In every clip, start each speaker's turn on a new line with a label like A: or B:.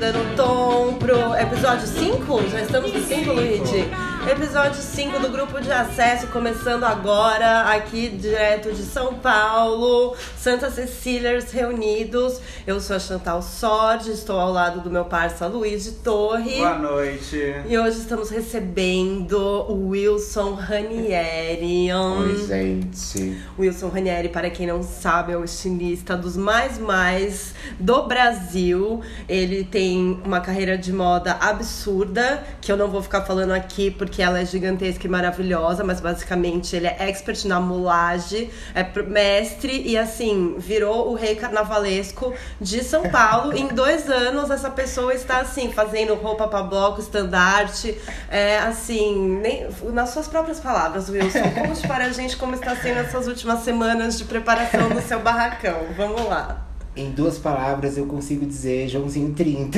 A: dando tom pro episódio 5? Já estamos no 5, Luigi? Episódio 5 do Grupo de Acesso, começando agora, aqui direto de São Paulo, Santa Cecílias reunidos. Eu sou a Chantal Sordi, estou ao lado do meu parça Luiz de Torre.
B: Boa noite.
A: E hoje estamos recebendo o Wilson Ranieri.
C: Oi, gente.
A: Wilson Ranieri, para quem não sabe, é o estilista dos mais do Brasil. Ele tem uma carreira de moda absurda, que eu não vou ficar falando aqui porque ela é gigantesca e maravilhosa, mas basicamente ele é expert na mulagem, é mestre e assim, virou o rei carnavalesco de São Paulo. Em 2 anos essa pessoa está assim, fazendo roupa para bloco, estandarte, assim, nas suas próprias palavras, Wilson, conte para a gente como está sendo essas últimas semanas de preparação do seu barracão. Vamos lá.
C: Em 2 palavras eu consigo dizer Joãozinho 30.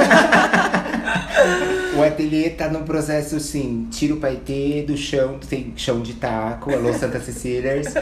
C: O ateliê tá num processo assim, tira o paetê do chão, tem chão de taco, alô Santa Cecílias.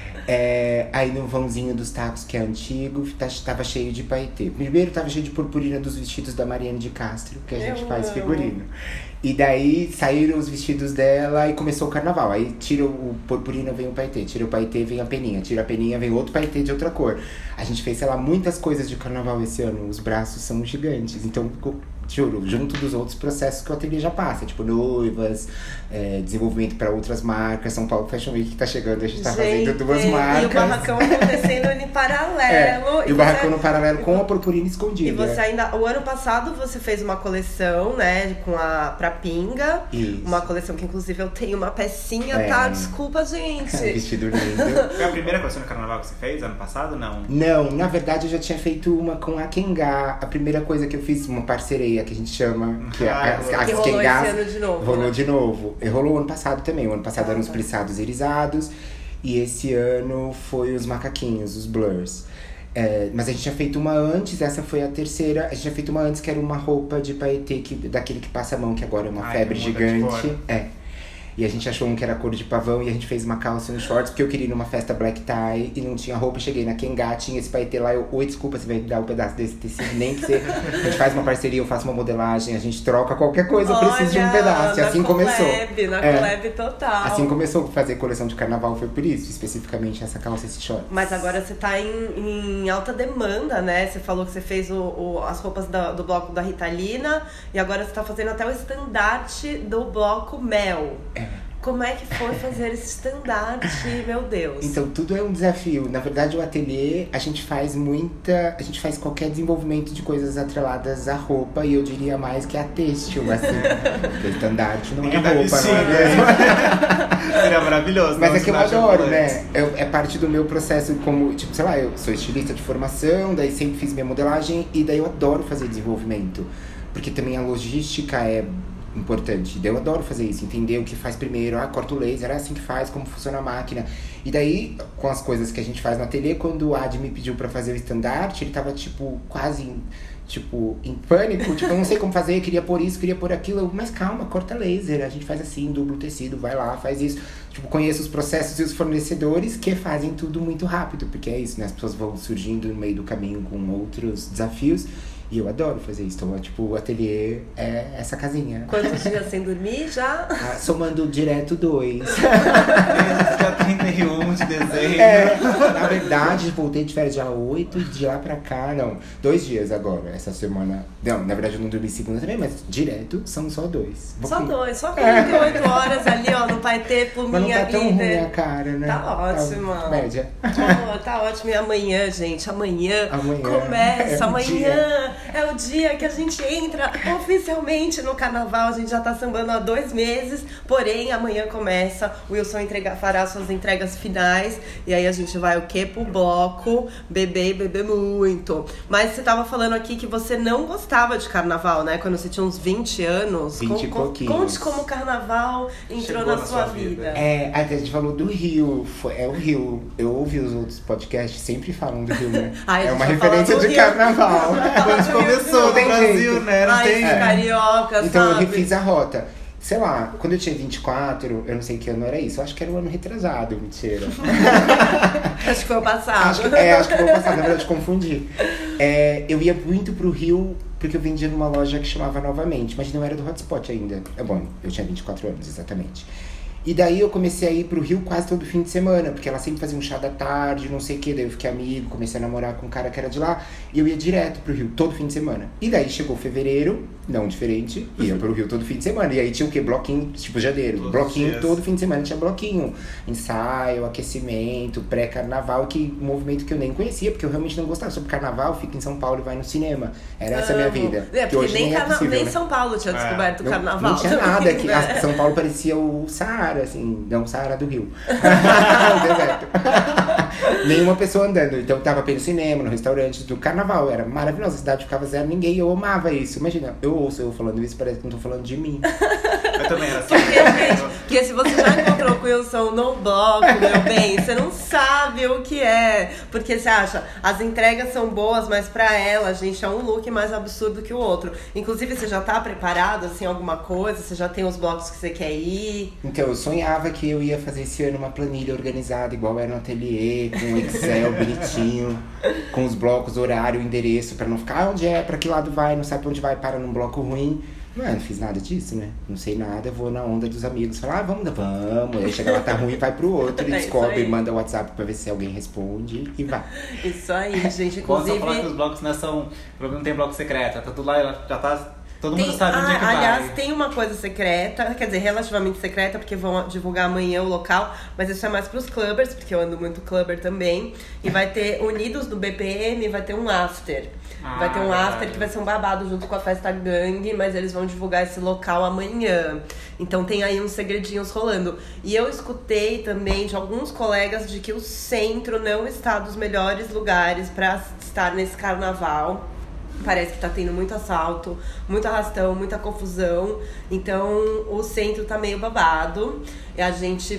C: Aí no vãozinho dos tacos, que é antigo, tava cheio de paetê. Primeiro tava cheio de purpurina dos vestidos da Mariane de Castro, que a gente faz figurino. E daí saíram os vestidos dela e começou o carnaval. Aí tira o purpurina, vem o paetê. Tira o paetê, vem a peninha. Tira a peninha, vem outro paetê de outra cor. A gente fez, sei lá, muitas coisas de carnaval esse ano. Os braços são gigantes. Então, juro, junto dos outros processos que o ateliê já passa. Tipo, noivas, desenvolvimento para outras marcas. São Paulo Fashion Week que tá chegando, a gente tá fazendo 2 marcas.
A: E o barracão acontecendo em paralelo.
C: E o barracão no paralelo com a purpurina escondida.
A: E você ainda, o ano passado você fez uma coleção, né, pra Pinga.
C: Isso.
A: Uma coleção que inclusive eu tenho uma pecinha, tá? Desculpa, gente.
C: Vestido lindo.
B: Foi a primeira coleção de carnaval que você fez ano passado, não?
C: Não, na verdade eu já tinha feito uma com a Kengá. A primeira coisa que eu fiz, uma parceria que a gente chama, que
A: que rolou esse ano de novo.
C: Rolou
A: né?
C: de novo. E rolou ano passado também. O ano passado eram os plissados irisados. E esse ano foi os macaquinhos, os blurs. Mas a gente tinha feito uma antes, essa foi a terceira. A gente tinha feito uma antes que era uma roupa de paetê daquele que passa a mão, que agora é uma febre gigante. E a gente achou um que era cor de pavão e a gente fez uma calça e um shorts, porque eu queria ir numa festa black tie e não tinha roupa. Cheguei na Kengá, tinha esse paetê lá. Oi, desculpa, você vai me dar um pedaço desse tecido, nem que você. A gente faz uma parceria, eu faço uma modelagem, a gente troca qualquer coisa, eu preciso de um pedaço. E assim começou.
A: Na collab total.
C: Assim começou a fazer coleção de carnaval, foi por isso, especificamente essa calça e esse short.
A: Mas agora você tá em alta demanda, né? Você falou que você fez as roupas do bloco da Ritalina e agora você tá fazendo até o estandarte do bloco Mel. Como é que foi fazer esse estandarte, meu Deus?
C: Então, tudo é um desafio. Na verdade, o ateliê, a gente faz qualquer desenvolvimento de coisas atreladas à roupa. E eu diria mais que a têxtil, assim. Porque o estandarte não é roupa, não é mesmo?
B: Seria maravilhoso.
C: Mas é que eu adoro, né? É parte do meu processo como, tipo, sei lá, eu sou estilista de formação, daí sempre fiz minha modelagem. E daí eu adoro fazer desenvolvimento. Porque também a logística é importante. Eu adoro fazer isso, entender o que faz primeiro, corta o laser, é assim que faz, como funciona a máquina. E daí, com as coisas que a gente faz no ateliê, quando o Ad me pediu pra fazer o estandarte, ele tava, quase em pânico, eu não sei como fazer, queria pôr isso, queria pôr aquilo. Mas calma, corta laser, a gente faz assim, duplo tecido, vai lá, faz isso. Conheço os processos e os fornecedores que fazem tudo muito rápido, porque é isso, né? As pessoas vão surgindo no meio do caminho com outros desafios. E eu adoro fazer isso. Então, o ateliê é essa casinha.
A: Quantos dias sem dormir já?
C: Somando direto 2.
B: Dia 31 de dezembro.
C: Na verdade, voltei de férias dia 8 e de lá pra cá, não. 2 dias agora, essa semana. Não, na verdade eu não dormi segunda também, mas direto são só 2.
A: Só 2, só 48 horas ali, ó, no paetê por
C: mas
A: minha
C: não tá tão
A: vida.
C: ruim a cara, né?
A: Tá ótimo.
C: Média.
A: Tá ótimo. E amanhã, gente, amanhã começa,
C: amanhã.
A: É o dia que a gente entra oficialmente no carnaval. A gente já tá sambando há 2 meses. Porém, amanhã começa. O Wilson fará suas entregas finais. E aí a gente vai o quê? Pro bloco. Beber e beber muito. Mas você tava falando aqui que você não gostava de carnaval, né? Quando você tinha uns 20 anos.
C: 20 e pouquinhos.
A: Conte como o carnaval entrou na sua vida.
C: A gente falou do Rio. É o Rio. Eu ouvi os outros podcasts, sempre falam do Rio, né? É uma referência de carnaval.
B: Começou no Brasil, né? Não tem
A: carioca,
C: então
A: sabe?
C: eu refiz a rota. Sei lá, quando eu tinha 24, eu não sei que ano era isso. Eu acho que era o ano retrasado, mentira.
A: Acho que foi o passado.
C: Acho que foi o passado, na verdade, confundi. Eu ia muito pro Rio porque eu vendia numa loja que chamava Novamente, mas não era do Hotspot ainda. Bom, eu tinha 24 anos, exatamente. E daí eu comecei a ir pro Rio quase todo fim de semana, porque ela sempre fazia um chá da tarde, não sei o que. Daí eu fiquei amigo, comecei a namorar com um cara que era de lá. E eu ia direto pro Rio, todo fim de semana. E daí chegou fevereiro, não diferente, ia pro Rio todo fim de semana. E aí tinha o quê? Bloquinho, tipo janeiro. Todos bloquinho todo fim de semana, tinha bloquinho. Ensaio, aquecimento, pré-carnaval, que um movimento que eu nem conhecia, porque eu realmente não gostava. Sobre carnaval, fica em São Paulo e vai no cinema. Era essa a minha vida.
A: É, porque
C: hoje
A: nem,
C: possível,
A: nem
C: né?
A: São Paulo tinha descoberto o carnaval.
C: Não tinha nada aqui.
A: Né?
C: São Paulo parecia o Saara, assim, não o Saara do Rio. O deserto. Nenhuma pessoa andando. Então eu tava pelo cinema, no restaurante do carnaval. Era maravilhoso. A cidade ficava zero ninguém. Eu amava isso. Imagina, eu ouço eu falando isso, parece que não tô falando de mim.
B: Eu também era assim.
A: Porque se você já encontrou com o Wilson no bloco, meu bem, você não sabe o que é. Porque você acha, as entregas são boas, mas pra ela, gente, é um look mais absurdo que o outro. Inclusive, você já tá preparado, assim, alguma coisa? Você já tem os blocos que você quer ir?
C: Então, eu sonhava que eu ia fazer esse ano uma planilha organizada, igual era no ateliê, com Excel bonitinho, com os blocos, horário, endereço, pra não ficar onde é, pra que lado vai, não sabe pra onde vai, para num bloco ruim. Não fiz nada disso, né? Não sei nada, vou na onda dos amigos. Falar, vamos. Aí chega lá, tá ruim, vai pro outro. E descobre, manda o WhatsApp pra ver se alguém responde e vai.
A: Isso aí, gente. Inclusive...
B: Posso falar que os blocos não são... Não tem bloco secreto, tá tudo lá, já tá... Todo mundo sabe onde é que vai.
A: Aliás, tem uma coisa secreta, quer dizer, relativamente secreta, porque vão divulgar amanhã o local, mas isso é mais pros clubbers, porque eu ando muito clubber também. E vai ter, unidos no BPM, vai ter um after. Vai ter um after que vai ser um babado junto com a festa gangue, mas eles vão divulgar esse local amanhã. Então tem aí uns segredinhos rolando. E eu escutei também de alguns colegas de que o centro não está dos melhores lugares pra estar nesse carnaval. Parece que tá tendo muito assalto, muito arrastão, muita confusão. Então, o centro tá meio babado. E a gente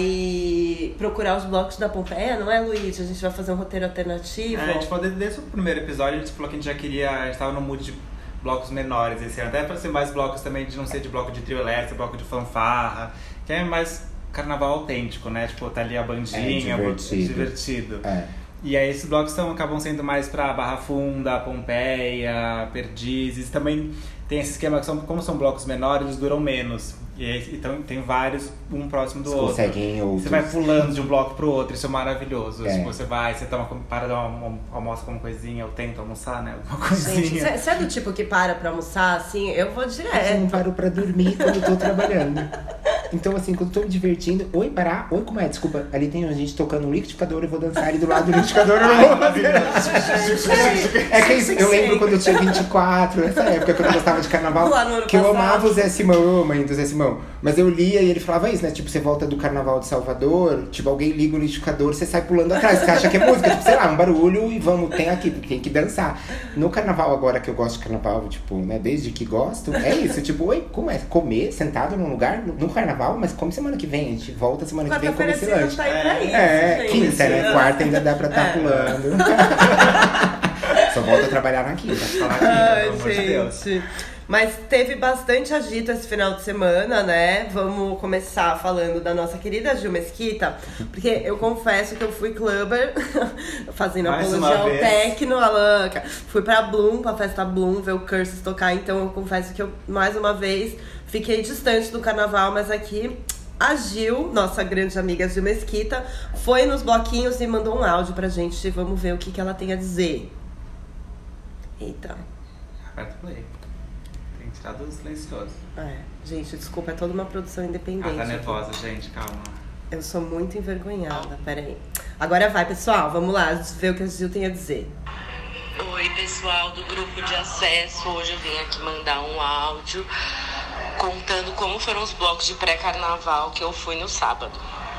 A: vai procurar os blocos da Pompeia, não é, Luiz? A gente vai fazer um roteiro alternativo.
B: A gente falou desde o primeiro episódio, a gente falou que a gente já queria... A gente tava no mood de blocos menores esse ano. Até pra ser mais blocos também, de não ser de bloco de trio elétrico, bloco de fanfarra. Que é mais carnaval autêntico, né? Tipo, tá ali a bandinha, divertido. E aí esses blocos acabam sendo mais pra Barra Funda, Pompeia, Perdizes. Também tem esse esquema que como são blocos menores, eles duram menos. Então tem vários, um próximo do outro.
C: Conseguem outros.
B: Você vai pulando de um bloco pro outro, isso é maravilhoso. Tipo, você para dar almoça com uma coisinha, ou tenta almoçar, né? Alguma coisinha.
A: Gente, você é do tipo que para pra almoçar, assim? Eu vou direto.
C: Eu não paro pra dormir quando eu tô trabalhando. Então, assim, quando eu tô me divertindo, como é? Desculpa, ali tem a gente tocando um liquidificador, eu vou dançar ali do lado do liquidificador, eu não vou fazer. É que isso, eu lembro quando eu tinha 24, nessa época, quando eu gostava de carnaval, que eu amava o Zé Simão, eu amo ainda o Zé Simão. Mas eu lia e ele falava isso, né? Tipo, você volta do carnaval de Salvador, tipo, alguém liga o liquidificador, você sai pulando atrás, você acha que é música, tipo, sei lá, um barulho e tem aqui, porque tem que dançar. No carnaval agora, que eu gosto de carnaval, tipo, né, desde que gosto, é isso, tipo, como é? Comer sentado num lugar, no carnaval, mas come semana que vem, a gente volta semana que vem comer esse lanche. Quinta, né? Quarta ainda dá pra estar pulando. Só volta a trabalhar na quinta.
A: Ai, pelo amor de Deus. Mas teve bastante agito esse final de semana, né? Vamos começar falando da nossa querida Gil Mesquita, porque eu confesso que eu fui clubber, fazendo apologia ao techno, Alanca. Fui pra Bloom, pra festa Bloom, ver o Curses tocar, então eu confesso que eu, mais uma vez, fiquei distante do carnaval, mas aqui a Gil, nossa grande amiga Gil Mesquita, foi nos bloquinhos e mandou um áudio pra gente. Vamos ver o que ela tem a dizer. Eita.
B: Aperta o play. Tirado silencioso.
A: Gente, desculpa, é toda uma produção independente.
B: Tá nervosa, gente, calma.
A: Eu sou muito envergonhada, peraí. Agora vai, pessoal, vamos lá, ver o que a Gil tem a dizer.
D: Oi, pessoal do grupo de acesso. Hoje eu vim aqui mandar um áudio contando como foram os blocos de pré-carnaval que eu fui no sábado.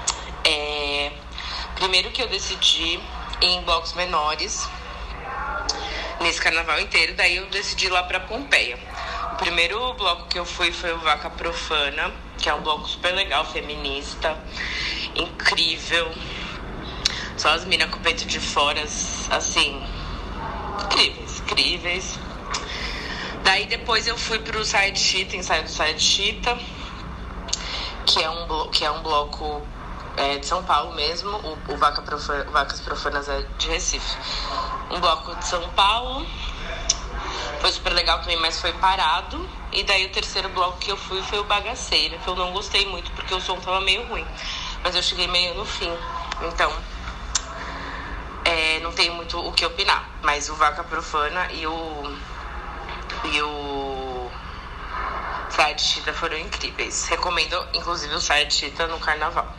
D: Primeiro que eu decidi ir em blocos menores nesse carnaval inteiro, daí eu decidi ir lá pra Pompeia. O primeiro bloco que eu fui foi o Vaca Profana, que é um bloco super legal, feminista, incrível. Só as minas com o peito de fora, assim, incríveis. Daí depois eu fui pro Side Chita, ensaio do Side Chita, que é um bloco de São Paulo mesmo. O Vacas Profanas é de Recife. Um bloco de São Paulo. Foi super legal também, mas foi parado. E daí o terceiro bloco que eu fui foi o Bagaceira, que eu não gostei muito porque o som tava meio ruim. Mas eu cheguei meio no fim, então não tenho muito o que opinar. Mas o Vaca Profana e o Saia de Chita foram incríveis. Recomendo, inclusive, o Saia de Chita no carnaval.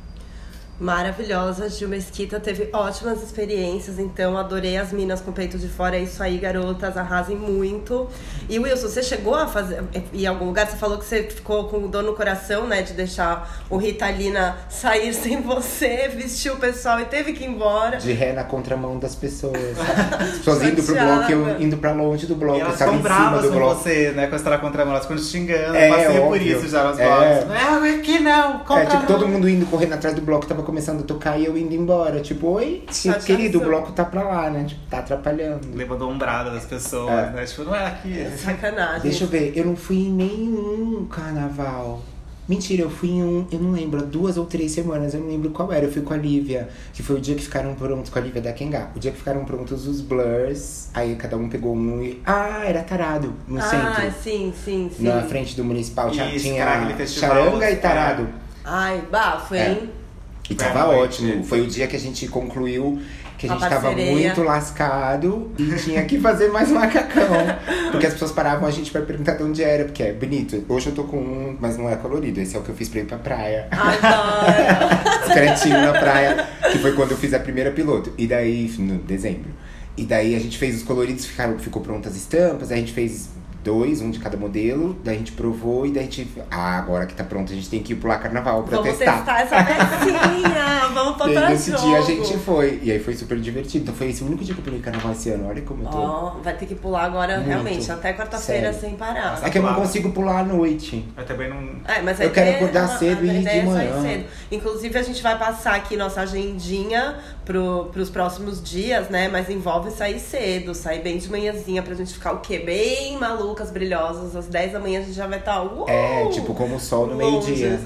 A: Maravilhosa, Gil Mesquita teve ótimas experiências, então adorei as minas com o peito de fora. É isso aí, garotas, arrasem muito. E Wilson, você chegou a fazer em algum lugar? Você falou que você ficou com dor no coração, né, de deixar o Ritalina sair sem você, vestiu o pessoal e teve que ir embora.
C: De ré na contramão das pessoas. As pessoas indo pro bloco e eu indo pra longe do bloco.
B: E elas
C: estava
B: ficam
C: em cima
B: bravas
C: do
B: com
C: bloco.
B: você, né? Quando você tá na contramão, elas ficam te xingando. Eu passei por
C: óbvio.
B: isso já nos blocos. Aqui não, contramão.
C: Tipo, todo mundo indo correndo atrás do bloco, tava começando a tocar e eu indo embora. Tipo, oi, querido, o bloco tá pra lá, né? Tipo, tá atrapalhando.
B: Levando a ombrada das pessoas, né? Tipo, não é aqui.
A: Sacanagem.
C: Deixa eu ver, eu não fui em nenhum carnaval. Mentira, eu fui em um, eu não lembro, 2 ou 3 semanas, eu não lembro qual era. Eu fui com a Lívia, que foi o dia que ficaram prontos, com a Lívia da Kengá. O dia que ficaram prontos os blurs, aí cada um pegou um e... era Tarado, no centro.
A: Sim.
C: Na frente do municipal,
B: Isso,
C: tinha
B: cara, aquele festival,
C: Charanga e Tarado.
A: Ai, bafo, hein?
C: E tava ótimo. Foi o dia que a gente concluiu que a gente tava muito lascado e tinha que fazer mais macacão. Porque as pessoas paravam a gente pra perguntar de onde era, porque é bonito. Hoje eu tô com um, mas não é colorido. Esse é o que eu fiz pra ir pra praia. Discretinho na praia, que foi quando eu fiz a primeira piloto. E daí, no dezembro. E daí a gente fez os coloridos, ficou prontas as estampas, aí a gente fez 2, um de cada modelo, daí a gente provou e daí a gente... agora que tá pronto, a gente tem que ir pular carnaval pra testar.
A: Vamos testar essa pecinha, vamos botar
C: E
A: jogo.
C: nesse dia a gente foi, e aí foi super divertido. Então foi esse o único dia que eu pulei carnaval esse ano, olha como eu tô...
A: Vai ter que pular agora,
C: Muito.
A: realmente, até quarta-feira,
C: Sério.
A: sem parar.
C: É que eu não consigo pular à noite.
B: Eu também não...
A: Mas
C: Eu quero acordar cedo e ir de manhã.
A: Cedo. Inclusive, a gente vai passar aqui nossa agendinha pros próximos dias, né? Mas envolve sair cedo, sair bem de manhãzinha pra gente ficar o quê? Bem malucas, brilhosas. Às 10 da manhã a gente já vai estar...
C: Tipo como o sol no meio-dia.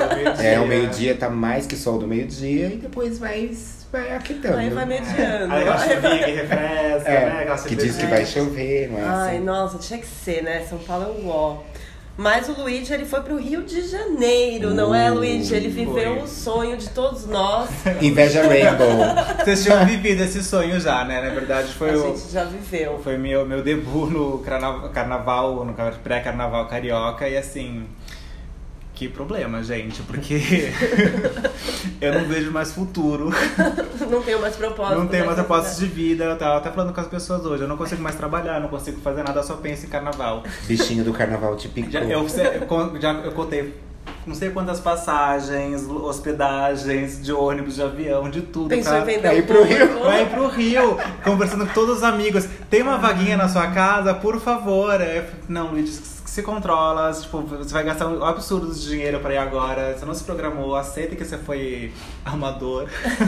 C: O meio-dia tá mais que sol do meio-dia e depois vai aquitando.
A: Aí vai mediando.
B: Aí vai chover, que refresca, né? Aquela
C: Que diz que vai chover, não é
A: Ai,
C: assim?
A: nossa, tinha que ser, né? São Paulo é o uó. Mas o Luigi, ele foi pro Rio de Janeiro, não é, Luigi? Ele viveu o sonho de todos nós.
C: Inveja Rainbow.
B: Vocês tinham vivido esse sonho já, né? Na verdade, foi
A: A gente já viveu.
B: Foi meu debut no carnaval, no pré-carnaval carioca. E assim, que problema, gente. Porque eu não vejo mais futuro.
A: Não tenho mais propósito.
B: Não tenho mais propósito de vida. Eu tava até falando com as pessoas hoje. Eu não consigo mais trabalhar, não consigo fazer nada, eu só penso em carnaval.
C: Bichinho do carnaval típico.
B: Eu contei não sei quantas passagens, hospedagens de ônibus, de avião, de tudo.
A: Pensou em vender
C: ir pro Rio.
B: Vai ir pro Rio, conversando com todos os amigos. Tem uma vaguinha na sua casa, por favor. Não, Luiz, se controla. Tipo, você vai gastar um absurdo de dinheiro pra ir agora. Você não se programou, aceita que você foi amador.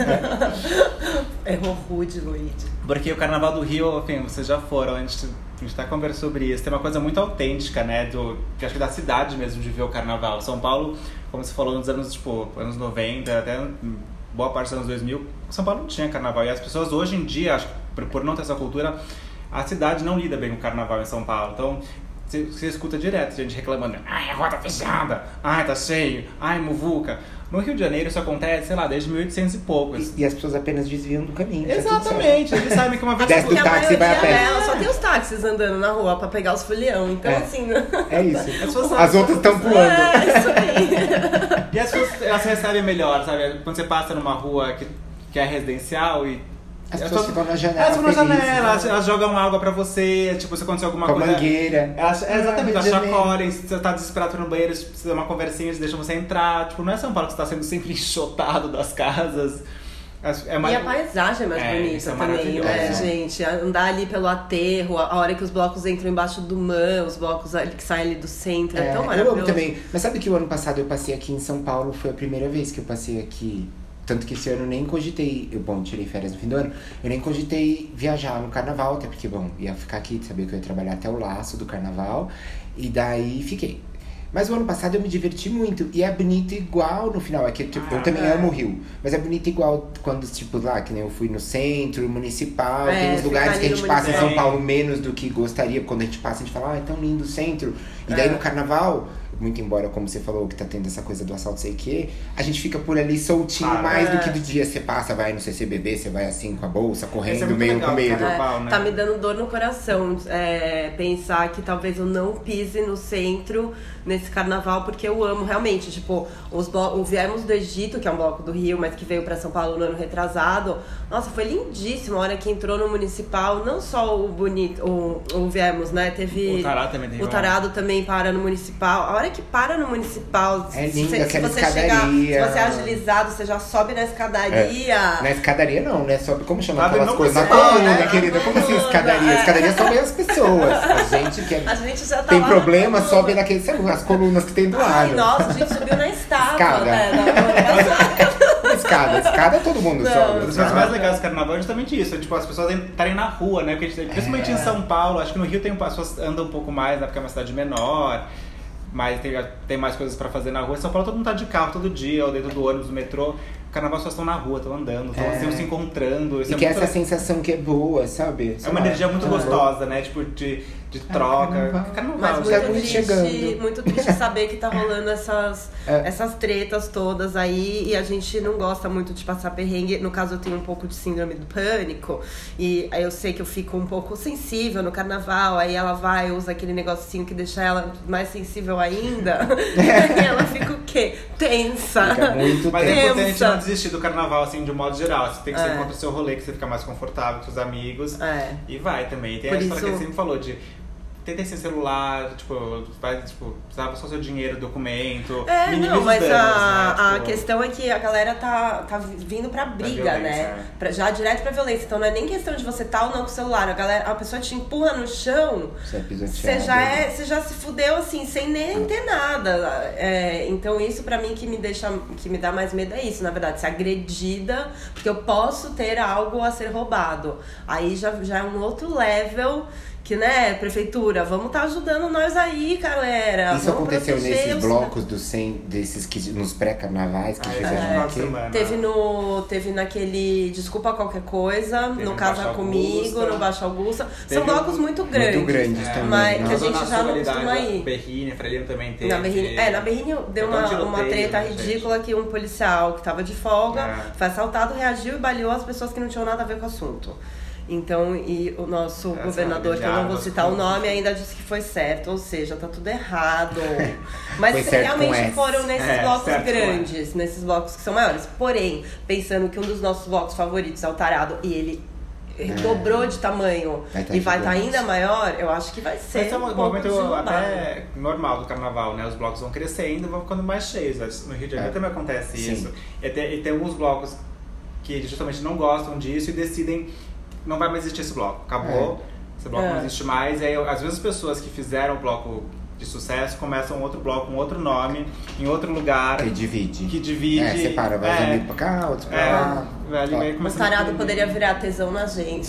A: Errou rude, Luiz.
B: Porque o Carnaval do Rio, enfim, vocês já foram, a gente tá conversando sobre isso. Tem uma coisa muito autêntica, né, que acho que da cidade mesmo, de ver o Carnaval. São Paulo, como você falou, nos anos, anos 90, até boa parte dos anos 2000, São Paulo não tinha Carnaval. E as pessoas hoje em dia, acho que por não ter essa cultura, a cidade não lida bem com o Carnaval em São Paulo. Então, você escuta direto gente reclamando, ai, a rua tá fechada, ai, tá cheio, ai, muvuca. No Rio de Janeiro isso acontece, sei lá, desde 1800 e poucos.
C: E as pessoas apenas desviam do caminho.
B: Exatamente, eles sabem que uma vez...
C: Desce do táxi e vai a pé.
A: Só tem os táxis andando na rua pra pegar os folião, então assim...
C: É isso.
B: As
C: As outras estão pulando.
A: Isso aí.
B: E as pessoas, elas recebem melhor, sabe? Quando você passa numa rua que é residencial e...
C: As pessoas ficam na janela.
B: Elas ficam na
C: felizes,
B: janela,
C: né?
B: elas jogam água pra você, tipo, se acontecer alguma
C: Com a
B: coisa...
C: mangueira.
B: Exatamente, elas
C: Rio de Janeiro.
B: chacoalhem, se você tá desesperado no banheiro, se precisa de uma conversinha, eles deixam você entrar. Tipo, não é São Paulo que você tá sendo sempre enxotado das casas.
A: E a paisagem é mais
B: isso
A: bonita
B: é
A: também, né,
B: maravilhoso.
A: gente? Andar ali pelo aterro, a hora que os blocos entram embaixo do MAN, os blocos ali que saem ali do centro, é tão
C: Eu
A: maravilhoso.
C: amo também. Mas sabe que o ano passado eu passei aqui em São Paulo, foi a primeira vez que eu passei aqui. Tanto que esse ano eu nem cogitei, tirei férias no fim do ano, eu nem cogitei viajar no carnaval, até porque, ia ficar aqui, sabia que eu ia trabalhar até o laço do carnaval, e daí fiquei. Mas o ano passado eu me diverti muito. E é bonito igual no final. É que tipo, eu também amo o Rio. Mas é bonito igual quando, tipo, lá, que nem eu fui no centro, municipal. Tem uns lugares que a gente passa em São Paulo menos do que gostaria. Quando a gente passa, a gente fala, é tão lindo o centro. E daí no carnaval, muito embora, como você falou, que tá tendo essa coisa do assalto, sei o quê, a gente fica por ali soltinho mais do que do dia. Você passa, vai no CCBB, você vai assim com a bolsa, correndo, meio com medo.
B: Né?
A: Tá me dando dor no coração pensar que talvez eu não pise no centro nesse carnaval, porque eu amo realmente, tipo, o Viemos do Egito, que é um bloco do Rio, mas que veio pra São Paulo no ano retrasado. Nossa, foi lindíssimo a hora que entrou no Municipal, não só o bonito, o Viemos, né? Teve
B: o Tarado também tem.
A: O Tarado também para no Municipal. A hora que para no Municipal,
C: é linda,
A: se você
C: escadaria.
A: Se você é agilizado, você já sobe na escadaria.
C: Na escadaria não, né? Sobe, como chama aquelas coisas?
B: Na
C: coluna, né, querida? Como assim escadaria? Escadaria sobe as pessoas. A gente que
A: a gente já tá
C: tem problema, sobe naquele, sabe, as colunas que tem do lado.
A: Ai, nossa, a gente subiu na estátua.
C: Escada todo mundo sobe.
B: Uma das coisas mais legais do carnaval é justamente isso, tipo, as pessoas estarem na rua, né? Porque principalmente em São Paulo, acho que no Rio as pessoas andam um pouco mais, né? Porque é uma cidade menor, mas tem mais coisas pra fazer na rua. Em São Paulo todo mundo tá de carro todo dia, ou dentro do ônibus, do metrô. O carnaval as pessoas estão na rua, estão andando, estão se encontrando.
C: Isso e que essa sensação que é boa, sabe?
B: É uma energia muito gostosa, né? Tipo, de troca.
A: Carnaval. Mas muito triste saber que tá rolando essas tretas todas aí. E a gente não gosta muito de passar perrengue. No caso, eu tenho um pouco de síndrome do pânico. E aí eu sei que eu fico um pouco sensível no carnaval. Aí ela vai, usa aquele negocinho que deixa ela mais sensível ainda. E ela fica o quê? Tensa.
C: Fica muito
B: Mas é importante a gente não desistir do carnaval, assim, de um modo geral. Você tem que ser contra o seu rolê, que você fica mais confortável com seus amigos. E vai também. Tem a história que ele sempre falou de... Tentem sem celular, precisava só seu dinheiro, documento.
A: Mas
B: danos,
A: a questão é que a galera tá vindo pra briga, né? Já direto pra violência. Então não é nem questão de você tá ou não com o celular. A pessoa te empurra no chão, você já se fudeu assim, sem nem ter nada. Então isso pra mim que me dá mais medo é isso, na verdade, ser agredida, porque eu posso ter algo a ser roubado. Aí já é um outro level. Que, né, prefeitura, vamos tá ajudando nós aí, galera.
C: Isso
A: vamos
C: aconteceu nesses blocos desses que nos pré-carnavais que fizeram aqui?
A: Teve naquele Desculpa Qualquer Coisa, no Casa Comigo, no Baixo Augusta. São blocos muito grandes.
C: Muito grandes também.
A: Mas que a gente já não costuma ir.
B: Berrini, a Frelimo também teve.
A: Na Berrini deu uma treta ridícula que um policial que tava de folga foi assaltado, reagiu e baleou as pessoas que não tinham nada a ver com o assunto. Então, e o nosso governador, que eu não vou citar o nome, ainda disse que foi certo. Ou seja, tá tudo errado. Mas realmente foram nesses blocos grandes, nesses blocos que são maiores. Porém, pensando que um dos nossos blocos favoritos é o Tarado, e ele dobrou de tamanho e vai estar ainda maior, eu acho que vai ser
B: Esse é um momento até normal do carnaval, né? Os blocos vão crescendo e vão ficando mais cheios. No Rio de Janeiro também acontece isso. E tem alguns blocos que justamente não gostam disso e decidem não vai mais existir esse bloco, acabou, esse bloco não existe mais. E aí, às vezes, as pessoas que fizeram o bloco de sucesso começam outro bloco, um outro nome, em outro lugar.
C: Que divide.
B: Separa,
C: vai os amigos pra cá, outros pra lá.
A: O Tarado poderia virar tesão na gente.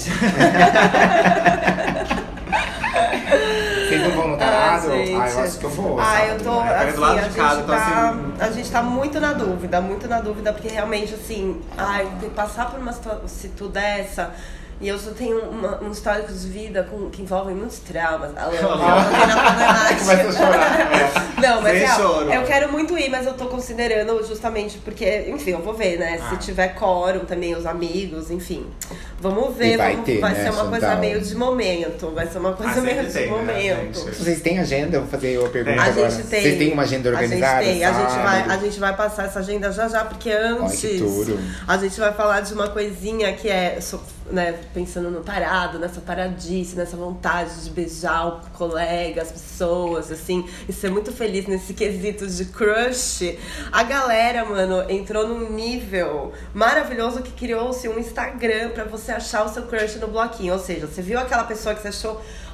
C: Vocês não vão no Tarado? Eu acho que eu vou.
A: Eu tô,
B: do lado de casa,
A: a gente tá muito na dúvida, porque realmente, assim, passar por uma situação dessa. E eu só tenho um histórico de vida que envolve muitos traumas.
C: Começa a chorar.
A: Não, mas eu quero muito ir, mas eu tô considerando justamente porque, enfim, eu vou ver, né? Se tiver quórum também, os amigos, enfim. Vamos ver, vai ser uma coisa meio de momento. Vai ser uma coisa meio de momento.
C: Vocês têm agenda? Eu vou fazer uma pergunta agora.
A: Vocês
C: têm uma agenda organizada?
A: A gente vai passar essa agenda já, porque antes a gente vai falar de uma coisinha que é, né, pensando no tarado, nessa taradice, nessa vontade de beijar o colega, as pessoas, assim, e ser muito feliz nesse quesito de crush. A galera, mano, entrou num nível maravilhoso que criou-se um Instagram pra você achar o seu crush no bloquinho. Ou seja, você viu aquela pessoa que você achou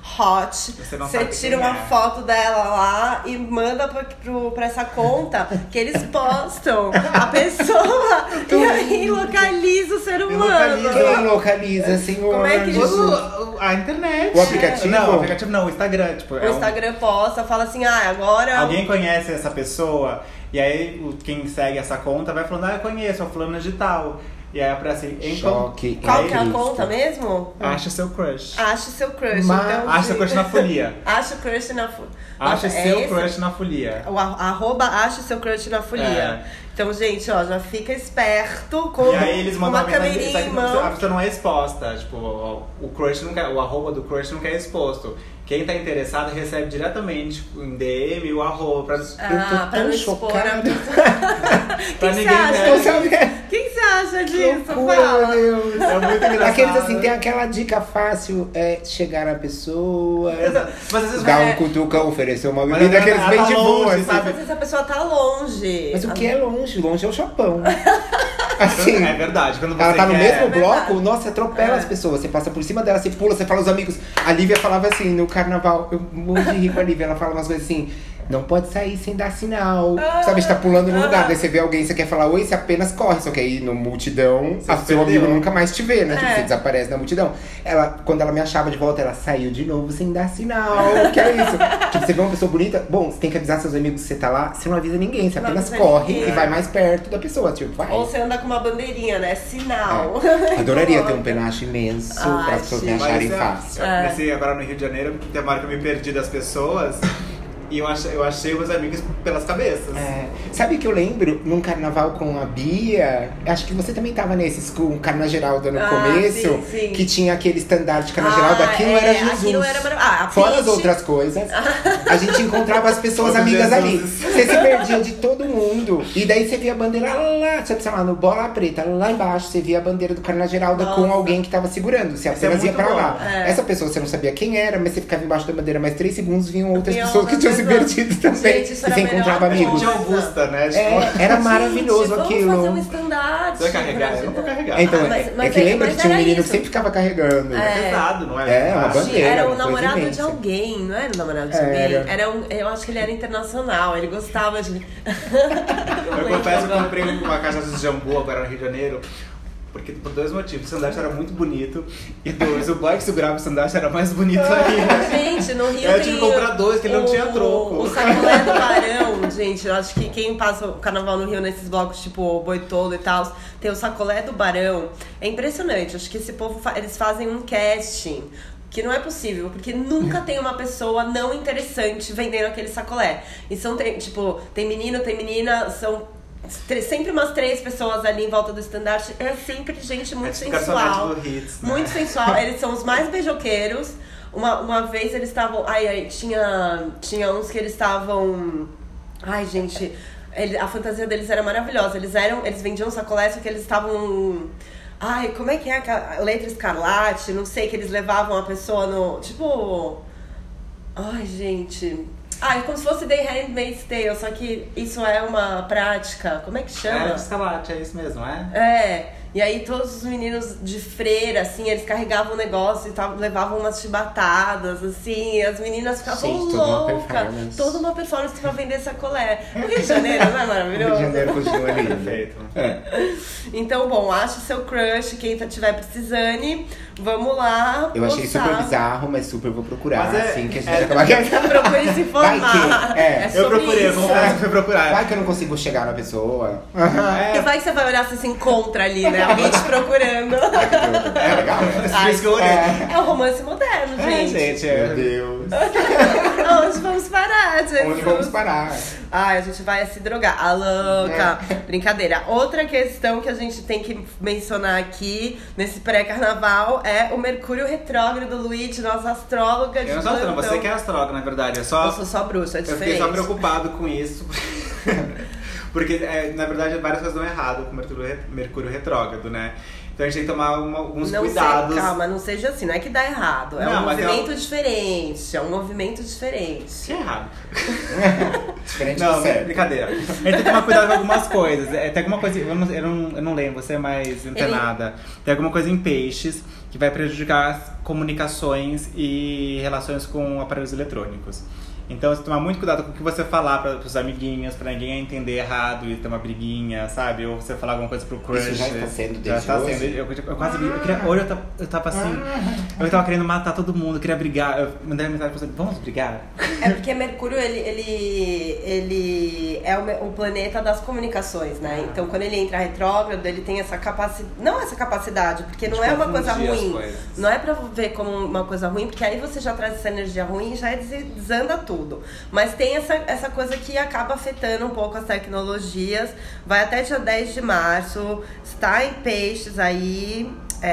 A: hot.
B: Você não
A: Você
B: sabe
A: tira
B: quem
A: uma
B: é.
A: foto dela lá e manda pra essa conta que eles postam a pessoa e aí localiza o ser humano.
C: Quem localiza, senhor?
A: Como é que eles-
B: A internet.
C: O aplicativo?
B: Não, o aplicativo não, o Instagram. Tipo,
A: O Instagram posta, fala assim, agora...
B: Alguém conhece essa pessoa, e aí quem segue essa conta vai falando, eu conheço, a fulana de tal. E aí aparece assim,
C: Choque.
A: Qual que é a
C: Cristo.
A: conta mesmo?
B: acha seu crush.
A: Ache seu crush.
C: Mas-
A: Então,
B: Acha seu crush na folia.
A: Ache o crush na folia.
B: Acha seu crush na folia.
A: O arroba ache seu crush na folia.
B: É.
A: Então, gente, ó, já fica esperto com
B: E aí eles mandam
A: uma câmerinha em mão.
B: a pessoa não é exposta. Tipo, o crush não quer, o arroba do crush não quer exposto. Quem tá interessado recebe diretamente em DM o arroba pra,
C: Eu tô
A: pra
C: tão
A: não expor a
C: chocada.
A: pessoa.
B: pra
A: Quem você
B: ninguém
A: acha?
B: ver.
C: Tô sabendo.
A: O que você acha
C: Que
A: disso?
C: loucura,
A: Fala.
C: meu Deus.
B: É muito engraçado.
C: Aqueles assim, tem aquela dica fácil, é chegar na pessoa,
B: Exato. Mas às vezes
C: dar
A: É.
C: um cutucão, oferecer uma
B: Mas
C: bebida,
B: ela
C: aqueles
B: tá
C: bem de
B: longe,
C: boa,
B: sabe?
A: Mas
C: sabe?
A: às vezes a pessoa tá longe.
C: Mas o que é longe? Longe é o Japão. Assim,
B: É verdade. Quando você
C: ela tá no
B: quer...
C: mesmo
A: É verdade.
C: bloco, nossa, atropela
A: É.
C: as pessoas. Você passa por cima dela, você pula, você fala aos amigos. A Lívia falava assim, no carnaval, eu morro de rir com a Lívia, ela fala umas coisas assim, não pode sair sem dar sinal. Sabe, a gente tá pulando no lugar, daí você vê alguém, você quer falar oi, você apenas corre. Só que aí no multidão,
B: Você
C: a seu
B: perdeu.
C: amigo nunca mais te vê, né? Tipo,
A: É.
C: você desaparece na multidão. Ela, quando ela me achava de volta, ela saiu de novo sem dar sinal. Que é isso? Tipo, você vê uma pessoa bonita, bom, você tem que avisar seus amigos que você tá lá, você não avisa ninguém, você
A: Não
C: apenas
A: avisa
C: corre
A: ninguém.
C: e vai mais perto da pessoa. Tipo, vai.
A: Ou você anda com uma bandeirinha, né? Sinal.
C: Adoraria ter um penacho imenso
A: Ai,
C: para as pessoas me
A: gente.
C: acharem
B: Mas
C: fácil.
B: agora no Rio de Janeiro, tem uma hora que eu me perdi das pessoas e eu achei os meus amigos pelas cabeças.
C: É, sabe que eu lembro num carnaval com a Bia? Acho que você também tava nesses com o Carna Geralda no começo,
A: sim, sim.
C: que tinha aquele estandarte de Carna Geralda. Aquilo era Jesus.
A: Aquilo era maravilhoso. A
C: Fora as
A: Peach-
C: outras coisas, a gente encontrava as pessoas
B: Outros
C: amigas ali.
B: Jesus.
C: Você se perdia de todo mundo. E daí você via a bandeira lá, sei lá, no Bola Preta, lá embaixo, você via a bandeira do Carna Geralda
A: Nossa.
C: com alguém que tava segurando. Você
B: Isso é
C: apenas ia
B: muito
C: pra
B: bom.
C: lá.
A: É.
C: Essa pessoa você não sabia quem era, mas você ficava embaixo da bandeira mais 3 segundos, vinham outras
A: Vinham
C: pessoas que
A: outras
C: tinham se
A: pessoas.
C: perdido também.
A: Gente, isso
C: e
A: era
C: você
A: a
C: encontrava
A: melhor
C: amigos.
B: Tinha Augusta, né? Tipo,
C: É, era maravilhoso
A: Gente,
C: aquilo.
A: Vamos fazer um estandarte.
B: Você vai carregar? Eu não vou carregar.
C: É, então,
A: mas
C: que
A: é-
C: lembra
A: mas
C: que tinha um
A: era
C: menino
A: isso.
C: que sempre ficava carregando.
B: É pesado, não é?
C: É, uma
B: Ah,
C: bandeira.
A: Era o
C: uma coisa
A: namorado de
C: imensa.
A: alguém, não era o namorado de
C: Era.
A: alguém? Eu acho que ele era internacional, ele gostava de.
B: Eu confesso que eu comprei uma caixa de jambu agora no Rio de Janeiro. Porque por 2 motivos. O estandarte era muito bonito. E 2, o boy que segurava o estandarte era mais bonito ainda.
A: Gente, no Rio
B: Eu
A: tem
B: tive que comprar 2, que ele não tinha troco.
A: O sacolé do Barão, gente, eu acho que quem passa o carnaval no Rio nesses blocos tipo Boitolo e tal, tem o sacolé do Barão. É impressionante, acho que esse povo, eles fazem um casting que não é possível, porque nunca tem uma pessoa não interessante vendendo aquele sacolé. E são, tipo, tem menino, tem menina, são sempre umas 3 pessoas ali em volta do estandarte. É sempre gente muito
B: tipo
A: sensual.
B: garçonete do Hits, né?
A: Muito sensual. Eles são os mais beijoqueiros. Uma vez eles estavam... Tinha uns que eles estavam... Ai, gente... A fantasia deles era maravilhosa. Eles vendiam sacolé, só que eles estavam... Ai, como é que é aquela letra escarlate? Não sei, que eles levavam a pessoa no... Tipo... Ai, gente... Ah, é como se fosse The Handmaid's Tale, só que isso é uma prática. Como é que chama?
B: É, escalate, é isso mesmo, é?
A: É, e aí todos os meninos de freira, assim, eles carregavam o negócio e levavam umas chibatadas, assim, e as meninas ficavam
C: Gente, toda uma
A: loucas.
C: performance.
A: Toda uma performance pra vender sacolé. O Rio de Janeiro, não é
C: O
A: maravilhoso?
C: Rio de Janeiro continua lindo.
B: Perfeito.
C: É.
A: Então, bom, ache seu crush, quem estiver precisando, vamos lá.
C: Eu achei
A: postar.
C: super bizarro, mas super vou procurar.
B: Mas é-
C: assim que a gente
B: é-
C: acabar
A: Procure se informar.
C: Vai que- é.
B: Eu
A: sobre
B: procurei, eu
A: isso.
B: confesso que fui procurar.
C: Vai que eu não consigo chegar na pessoa.
A: E vai que você vai olhar se encontra ali, né? Alguém te procurando.
C: É legal.
B: Por isso que eu olhei.
A: É o romance moderno,
B: É,
A: gente.
B: gente,
C: Meu Deus.
A: Onde vamos parar, gente?
C: Onde vamos parar?
A: Ai, a gente vai se drogar. A louca. Brincadeira. Outra questão que a gente tem que mencionar aqui, nesse pré-carnaval, é o Mercúrio retrógrado, Luigi, nossa astróloga de
B: Eu não sou astrônomo,
A: plantão.
B: você que é astróloga, na verdade.
A: Eu sou só bruxa, é
B: Eu
A: diferente.
B: fiquei só preocupado com isso. Porque, na verdade, várias coisas dão errado com o Mercúrio retrógrado, né? Então a gente tem que tomar alguns
A: Não
B: cuidados.
A: sei, calma, não seja assim, não é que dá errado. É
B: Não,
A: um
B: mas
A: movimento diferente. É um movimento diferente.
B: Que é errado.
C: Diferente
B: Não,
C: do certo.
B: brincadeira. A gente tem que tomar cuidado com algumas coisas. Tem alguma coisa, eu não lembro, você é mais antenada. Tem alguma coisa em peixes que vai prejudicar as comunicações e relações com aparelhos eletrônicos. Então, você tomar muito cuidado com o que você falar para os amiguinhos, para ninguém entender errado e ter uma briguinha, sabe? Ou você falar alguma coisa pro crush.
C: Isso já está sendo
B: já
C: desde
B: está
C: hoje?
B: sendo. Eu quase hoje eu tava assim. Eu tava querendo matar todo mundo, eu queria brigar. Eu mandei uma mensagem pra você: vamos brigar?
A: É porque Mercúrio, ele é o planeta das comunicações, né? Então, quando ele entra retrógrado, ele tem essa capacidade. Não essa capacidade, porque não é uma coisa ruim. Não é pra ver como uma coisa ruim, porque aí você já traz essa energia ruim e já desanda tudo. Mas tem essa coisa que acaba afetando um pouco as tecnologias. Vai até dia 10 de março. Está em Peixes aí.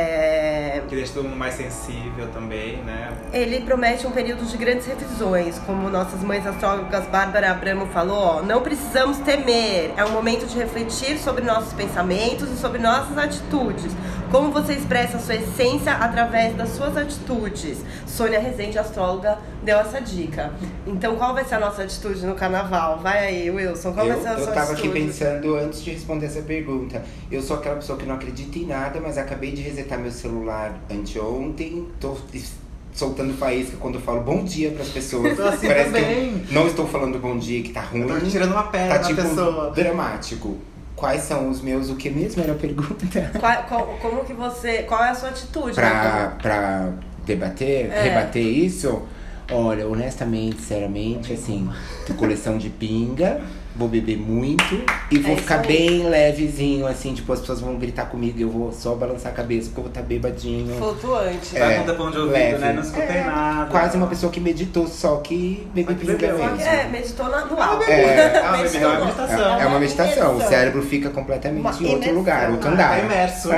B: Que deixa todo mundo mais sensível também, né?
A: Ele promete um período de grandes revisões, como nossas mães astrólogas Bárbara Abramo falou, ó, não precisamos temer, é um momento de refletir sobre nossos pensamentos e sobre nossas atitudes. Como você expressa a sua essência através das suas atitudes. Sônia Rezende, astróloga, deu essa dica. Então, qual vai ser a nossa atitude no carnaval? Vai aí, Wilson, qual vai ser a sua atitude?
C: Eu tava aqui pensando, antes de responder essa pergunta, eu sou aquela pessoa que não acredita em nada, mas acabei de resetar meu celular anteontem, tô soltando faísca quando eu falo bom dia pras pessoas.
B: Assim
C: parece
B: também.
C: que eu não estou falando bom dia, que tá ruim.
B: Eu tô tirando uma pedra
C: tá
B: da pessoa.
C: Dramático. Quais são os meus, o que mesmo era a pergunta?
A: Como que você, qual é a sua atitude?
C: Pra debater, rebater isso? Olha, honestamente, sinceramente, assim, coleção de pinga, vou beber muito e vou ficar bem levezinho, assim, tipo, as pessoas vão gritar comigo e eu vou só balançar a cabeça porque eu vou estar bebadinho.
A: Flutuante.
B: Vai com o tapão de ouvido, leve, né? Não escutei nada.
C: Quase uma pessoa que meditou, só que bebeu pinga mesmo.
A: Meditou no álcool.
B: É uma meditação.
C: É uma meditação. O cérebro fica completamente em outro lugar, outro andar.
B: Tá imerso.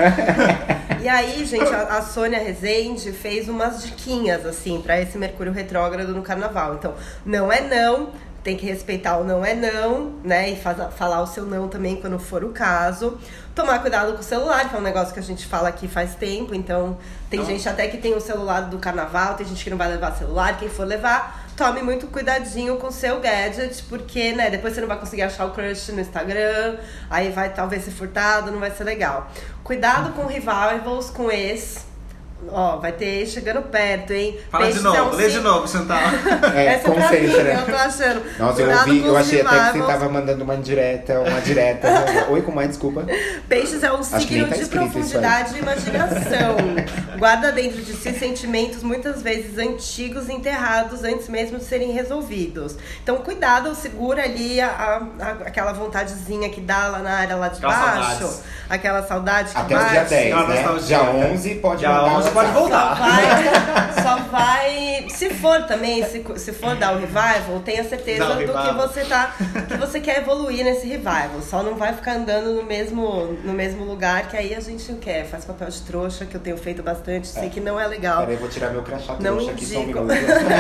A: E aí, gente, a Sônia Rezende fez umas diquinhas, assim, pra esse Mercúrio retrógrado no carnaval. Então, não é não, tem que respeitar o não é não, né? E falar o seu não também quando for o caso. Tomar cuidado com o celular, que é um negócio que a gente fala aqui faz tempo. Então, tem gente até que tem o celular do carnaval, tem gente que não vai levar celular. Quem for levar, tome muito cuidadinho com o seu gadget, porque, né, depois você não vai conseguir achar o crush no Instagram, aí vai talvez ser furtado, não vai ser legal. Cuidado com revivals, com ex. Ó, vai ter ex chegando perto, hein?
B: Fala Peixe de novo, lê de novo, Chantal.
A: Essa é pra mim, eu tô achando.
C: Nossa, eu achei até que você tava mandando uma direta. Oi, como é? Desculpa.
A: Peixes é um signo de profundidade e imaginação. Guarda dentro de si sentimentos muitas vezes antigos, enterrados antes mesmo de serem resolvidos. Então, cuidado, segura ali aquela vontadezinha que dá lá na área lá de baixo. Aquela saudade que
C: até bate. Até o dia 10, né? Dia 11 pode mandar.
B: Pode voltar.
A: Só vai. Se for também, se for dar o revival, tenha certeza do que você quer evoluir nesse revival. Só não vai ficar andando no mesmo lugar, que aí a gente não quer. Faz papel de trouxa, que eu tenho feito bastante, sei que não é legal.
C: Peraí, eu vou tirar meu crachá
A: trouxa
C: aqui só um minuto.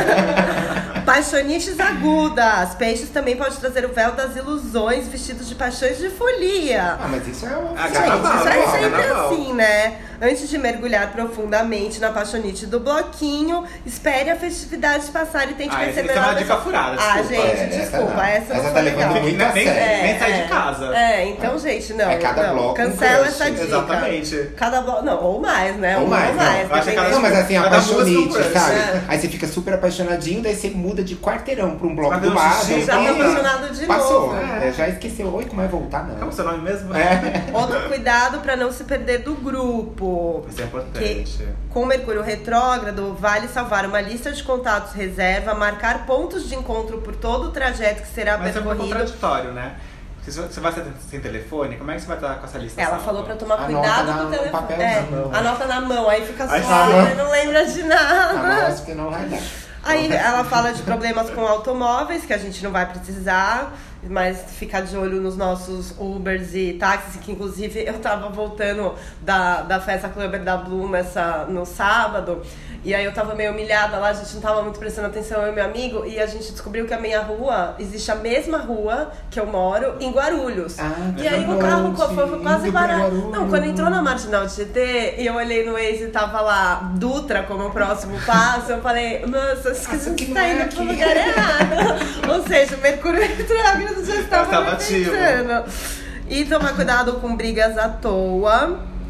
A: Paixonites agudas. Peixes também pode trazer o véu das ilusões, vestidos de paixões de folia.
C: Mas isso é o.
A: Isso é sempre assim, né? Antes de mergulhar profundamente na paixonite do bloquinho, espere a festividade passar e tente perceber.
B: Isso é uma dica furada.
A: Desculpa. Essa não
C: tá
A: foi
C: levando
A: legal.
C: muito a sério.
B: Nem sai de casa.
A: Então, gente, não.
C: Cada bloco
A: cancela essa dica.
B: Exatamente.
A: Cada bloco. Não, ou mais, né?
C: Ou mais. Não, mas assim,
B: cada
C: apaixonite, sabe? Aí você fica super apaixonadinho, daí você muda de quarteirão pra um bloco do lado.
A: Já tá apaixonado de
C: Passou.
A: novo.
C: Já esqueceu. Oi, como é voltar? Não.
B: Qual é o seu nome mesmo?
A: Outro cuidado pra não se perder do grupo.
B: Isso é importante.
A: Com Mercúrio retrógrado, vale salvar uma lista de contatos reserva, marcar pontos de encontro por todo o trajeto que será percorrido.
B: Mas é contraditório, né? Porque se você vai sem telefone, como é que você vai estar com essa lista?
A: Ela falou pra tomar cuidado com o telefone. Anota na mão, aí fica
C: Aí
A: você não lembra de nada.
C: Acho que não vai dar.
A: Aí ela fala de problemas com automóveis, que a gente não vai precisar, mas ficar de olho nos nossos Ubers e táxis, que inclusive eu tava voltando da festa Clubber da Bloom no sábado, e aí eu tava meio humilhada lá, a gente não tava muito prestando atenção, eu e meu amigo, e a gente descobriu que a minha rua, existe a mesma rua que eu moro, em Guarulhos. E aí o carro foi quase parado. Não, quando entrou na Marginal de GT, e eu olhei no Waze e tava lá, Dutra como o próximo passo, eu falei, nossa, acho que a gente tá indo pro lugar errado. Ou seja, o Mercúrio retrógrado já estava pensando. E tomar cuidado com brigas à toa.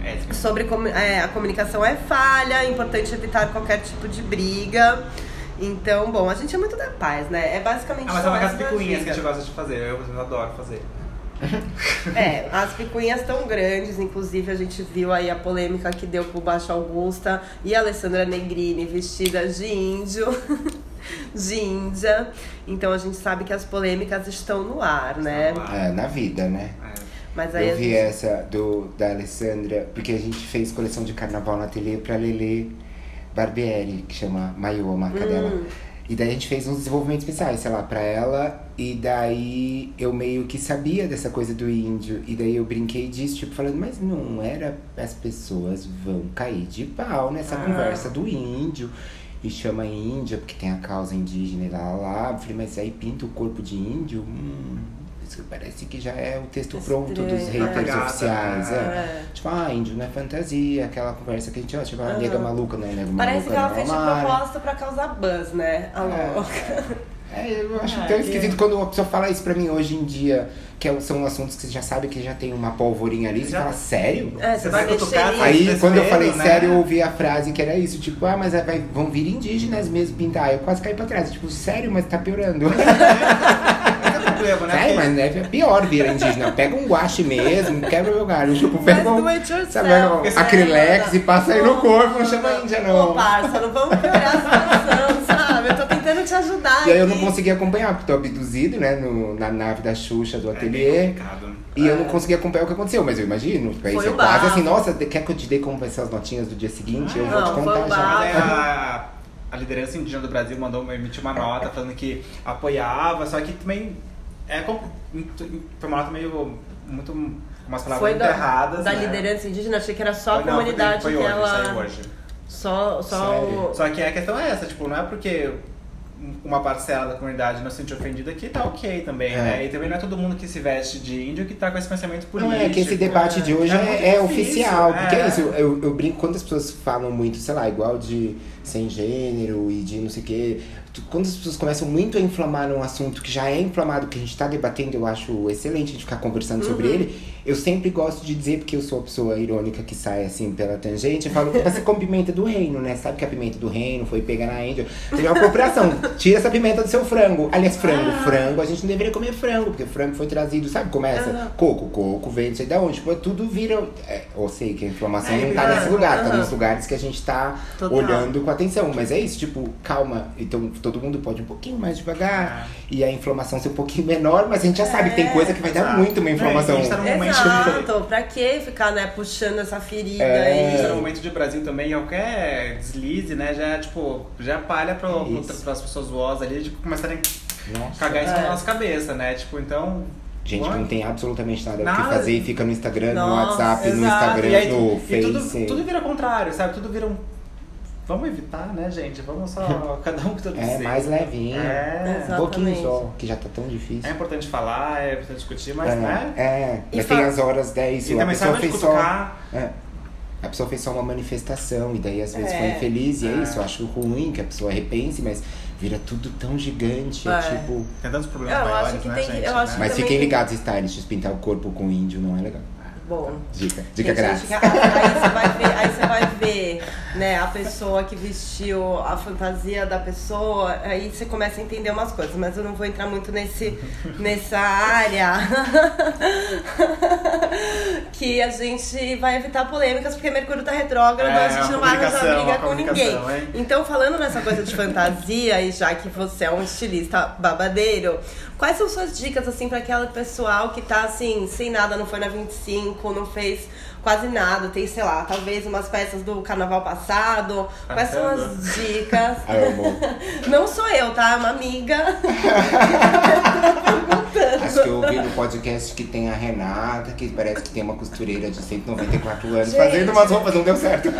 A: sobre a comunicação é falha, é importante evitar qualquer tipo de briga. Então, bom, a gente é muito da paz, né? É basicamente
B: mas é uma das
A: essa
B: picuinhas que
A: dica.
B: a gente gosta de fazer. Eu adoro fazer.
A: As picuinhas tão grandes, inclusive a gente viu aí a polêmica que deu pro Baixo Augusta e a Alessandra Negrini vestida de índio, de índia. Então a gente sabe que as polêmicas estão no ar, né?
C: Na vida, né?
A: Mas aí
C: eu vi essa da Alessandra, porque a gente fez coleção de carnaval na ateliê pra Lelê Barbieri, que chama Maiô, a marca dela. E daí a gente fez uns desenvolvimentos especiais, sei lá, pra ela. E daí eu meio que sabia dessa coisa do índio. E daí eu brinquei disso, tipo, falando, mas não era... As pessoas vão cair de pau nessa conversa do índio. E chama índia, porque tem a causa indígena e lá. Eu falei, mas aí pinta o corpo de índio? Isso parece que já é o texto pronto dos haters oficiais. Tipo, índio não é fantasia, aquela conversa que a gente acha, tipo, nega maluca, não é nega maluca.
A: Parece que ela fez de propósito pra causar buzz, né? A louca.
C: Eu acho tão esquisito quando uma pessoa fala isso pra mim hoje em dia, que são assuntos que você já sabe que já tem uma polvorinha ali, você fala, sério?
A: Você vai cutucar.
C: Aí, quando eu falei sério, eu ouvi a frase que era isso, tipo, mas vão vir indígenas mesmo pintar. Eu quase caí pra trás, tipo, sério, mas tá piorando.
B: Né?
C: Mas é pior vir indígena. Pega um guache mesmo, quebra meu galho. Tipo, pega acrilex e passa aí no corpo, não chama índia, não.
A: Ô, parça, não vamos piorar a situação, sabe? Eu tô tentando te ajudar.
C: E aí eu não consegui acompanhar, porque tô abduzido, né, na nave da Xuxa do ateliê. E eu não consegui acompanhar o que aconteceu, mas eu imagino. Aí você quase assim, nossa, quer que eu te dê como vai ser as notinhas do dia seguinte? Eu vou te contar já.
B: A liderança indígena do Brasil emitiu uma nota falando que apoiava, só que também foi uma nota meio muito umas palavras muito erradas.
A: Da liderança indígena, achei que era só a comunidade
B: foi
A: que
B: hoje,
A: ela.
B: Saiu hoje.
A: Só
B: que a questão é essa, tipo, não é porque uma parcela da comunidade não se sente ofendida que tá ok também, né? E também não é todo mundo que se veste de índio que tá com esse pensamento político.
C: Não, é que esse debate de hoje é oficial, porque é isso, eu brinco quando as pessoas falam muito, sei lá, igual de sem gênero e de não sei o quê. Quando as pessoas começam muito a inflamar num assunto que já é inflamado, que a gente tá debatendo, eu acho excelente a gente ficar conversando sobre ele. Eu sempre gosto de dizer, porque eu sou a pessoa irônica que sai assim pela tangente, eu falo que você come pimenta do reino, né? Sabe que a pimenta do reino foi pegar na Índia. Teve uma apropriação. Tira essa pimenta do seu frango. Aliás, frango, a gente não deveria comer frango, porque frango foi trazido, sabe? Começa coco veio não sei de onde. Tipo, tudo vira. Eu sei que a inflamação não tá nesse lugar, tá nos lugares que a gente tá olhando com atenção. Mas é isso, tipo, calma. Então todo mundo pode ir um pouquinho mais devagar e a inflamação ser um pouquinho menor, mas a gente já sabe que tem coisa que vai dar muito uma inflamação.
B: A gente tá num momento
A: pra que ficar, né, puxando essa ferida
B: aí? A gente tá num momento de Brasil também, qualquer deslize, né, já palha pras pessoas voosas ali, tipo, começarem a cagar isso na nossa cabeça, né, tipo, então...
C: Gente que não tem absolutamente nada o que fazer e fica no Instagram, no WhatsApp, no Instagram, no Face.
B: Tudo vira contrário, sabe? Tudo vira Vamos evitar, né, gente? Vamos só cada um que todo
C: dizer. Mais levinho. Um pouquinho só, que já tá tão difícil.
B: É importante falar, é importante discutir, mas
C: mas tem as horas 10.
B: E também sabe de cutucar.
C: A pessoa fez só uma manifestação e daí às vezes foi infeliz. E é isso, eu acho ruim que a pessoa repense, mas vira tudo tão gigante. Tipo...
B: Tem tantos problemas maiores, né, gente?
C: Mas fiquem ligados, stylists, pintar o corpo com índio não é legal.
A: Bom,
C: dica grátis.
A: Aí você vai ver, né, a pessoa que vestiu a fantasia da pessoa, aí você começa a entender umas coisas, mas eu não vou entrar muito nessa área que a gente vai evitar polêmicas, porque Mercúrio tá retrógrado, a gente não vai arranjar briga com ninguém. Hein? Então, falando nessa coisa de fantasia, e já que você é um estilista babadeiro, quais são suas dicas, assim, pra aquela pessoal que tá, assim, sem nada, não foi na 25, não fez quase nada, tem, sei lá, talvez umas peças do carnaval passado. Quais são as dicas? Não sou eu, tá? É uma amiga.
C: Acho que eu ouvi no podcast que tem a Renata, que parece que tem uma costureira de 194 anos fazendo umas roupas, não deu certo.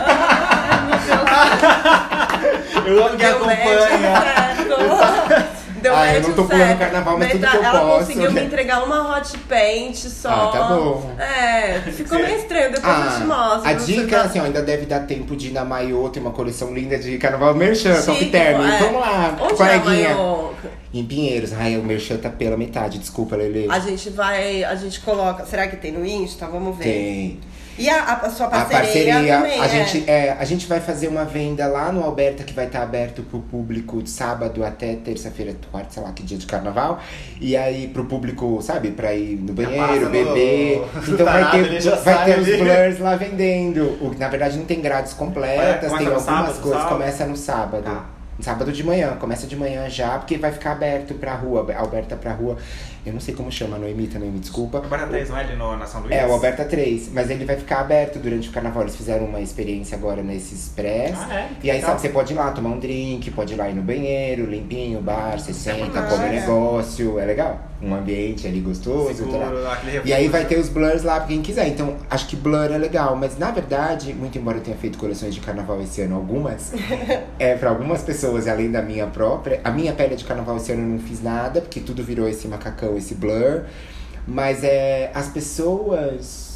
B: Eu amo que acompanha.
C: Eu não tô pulando carnaval, mas tudo que eu
A: ela
C: posso.
A: Ela conseguiu me entregar uma hot paint só.
C: Tá bom.
A: Ficou meio estranho, depois eu te mostro.
C: A dica, assim, ainda deve dar tempo de ir na Maiô, tem uma coleção linda de carnaval merchan, top term. Vamos lá, coleguinha. Em Pinheiros. O merchan tá pela metade, desculpa, Lelê.
A: A gente coloca, será que tem no Insta? Vamos ver.
C: Tem.
A: E a sua parceria também,
C: a gente vai fazer uma venda lá no Alberta, que vai estar aberto pro público de sábado até terça-feira, quarta, sei lá que dia de carnaval. E aí pro público, sabe, pra ir no banheiro, beber. Então vai ter os blurs lá vendendo. Na verdade não tem grades completas, tem algumas coisas. Começa no sábado. Sábado de manhã, começa de manhã já, porque vai ficar aberto pra rua, Alberta pra rua. Eu não sei como chama, Noemi também, me desculpa.
B: Alberta 3, não é ali na São Luís?
C: É, o Alberta 3, mas ele vai ficar aberto durante o carnaval. Eles fizeram uma experiência agora nesses prés. E aí, sabe, você pode ir lá tomar um drink, pode ir lá ir no banheiro, limpinho, bar, você senta, come um negócio. É legal. Um ambiente ali gostoso.
B: Seguro,
C: e aí vai ter os blurs lá pra quem quiser. Então, acho que blur é legal. Mas, na verdade, muito embora eu tenha feito coleções de carnaval esse ano, algumas, pra algumas pessoas, além da minha própria. A minha pele de carnaval esse ano eu não fiz nada, porque tudo virou esse macacão, esse blur. Mas as pessoas...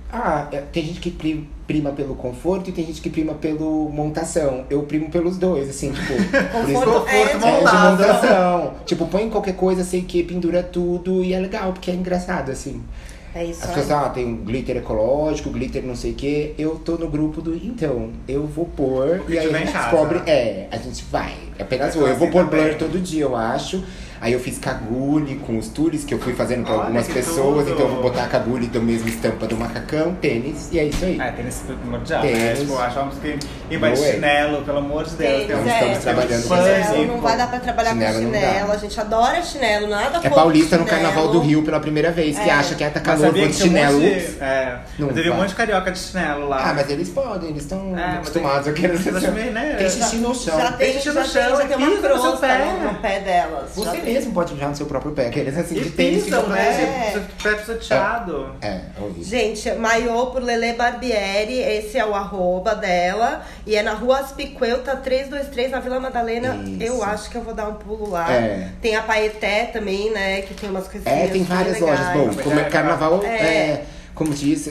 C: tem gente que prima pelo conforto e tem gente que prima pelo montação. Eu primo pelos dois, assim, tipo...
A: Conforto
C: de montação. Tipo, põe qualquer coisa, sei que, pendura tudo e é legal, porque é engraçado, assim.
A: É isso.
C: As pessoas, tem um glitter ecológico, glitter não sei o que. Eu tô no grupo do, então, eu vou pôr. E aí a gente descobre, a gente vai. Apenas vou. Eu vou pôr blur todo dia, eu acho. Aí eu fiz cagule com os tules que eu fui fazendo pra algumas pessoas. Então eu vou botar a cagule da mesma estampa do macacão, tênis, e é isso aí.
B: Tênis primordial, né? Tipo, achamos que ir mais de chinelo, pelo amor de Deus.
C: Estamos trabalhando com
A: chinelo. Não vai dar pra trabalhar com chinelo. A gente adora chinelo, nada.
C: É paulista no Carnaval do Rio pela primeira vez, que acha que tá calor, vou de chinelo.
B: Mas teve um monte de carioca de chinelo lá.
C: Mas eles podem, eles estão acostumados a querer.
B: Tem
C: xixi no chão.
A: Já tem uma crosta no pé delas.
C: Você mesmo pode mijar no seu próprio pé, aqueles assim de
B: tênis
C: pisam,
B: né? Pé pisoteado.
C: Horrível.
A: Gente, maiô por Lele Barbieri, esse é o @, dela. E é na Rua Aspicuelta 323, na Vila Madalena.
C: Isso.
A: Eu acho que eu vou dar um pulo lá. Tem a Paeté também, né? Que tem umas coisinhas.
C: Tem várias lojas. Bom, como é carnaval, como diz,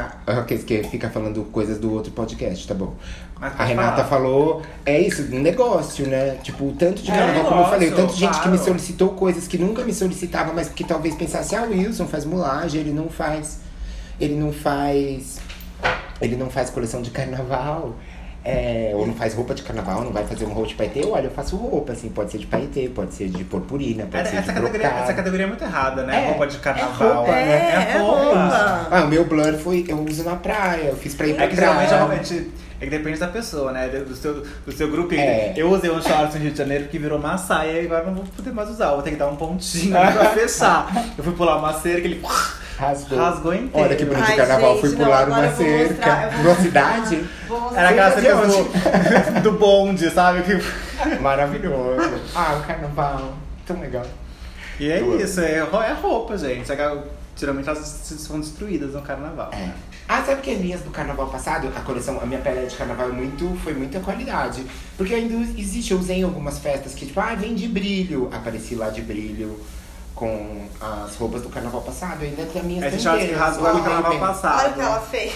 C: que fica falando coisas do outro podcast, tá bom? A Renata falou, é isso, um negócio, né? Tipo, o tanto de carnaval, como eu falei, o tanto de gente que me solicitou coisas que nunca me solicitava, mas que talvez pensasse, o Wilson faz mulagem, ele não faz coleção de carnaval. Ou não faz roupa de carnaval, não vai fazer um rosto de paetê. Olha, eu faço roupa, assim, pode ser de paetê, pode ser de purpurina, pode ser de brocado.
B: Essa categoria é muito errada, né? Roupa de carnaval.
A: É roupa.
C: O meu blur eu uso na praia, eu fiz pra ir pra praia.
B: Geralmente, que depende da pessoa, né? Do seu grupinho. Eu usei um shorts no Rio de Janeiro que virou uma saia e agora não vou poder mais usar. Vou ter que dar um pontinho pra fechar. Eu fui pular uma cerca, ele rasgou inteiro.
C: Olha que bonito de carnaval, fui pular uma cerca. Numa cidade.
B: Era aquela cerca do bonde, sabe?
C: Maravilhoso. O carnaval, tão legal.
B: E é isso, é roupa, gente. Geralmente elas são destruídas no carnaval.
C: Sabe que as minhas do carnaval passado, a minha pele de carnaval foi muita qualidade. Porque ainda existe, eu usei em algumas festas que tipo, vem de brilho. Apareci lá de brilho com as roupas do carnaval passado. Ainda tem a minha
B: que rasgou no carnaval passado.
A: Olha o que ela fez.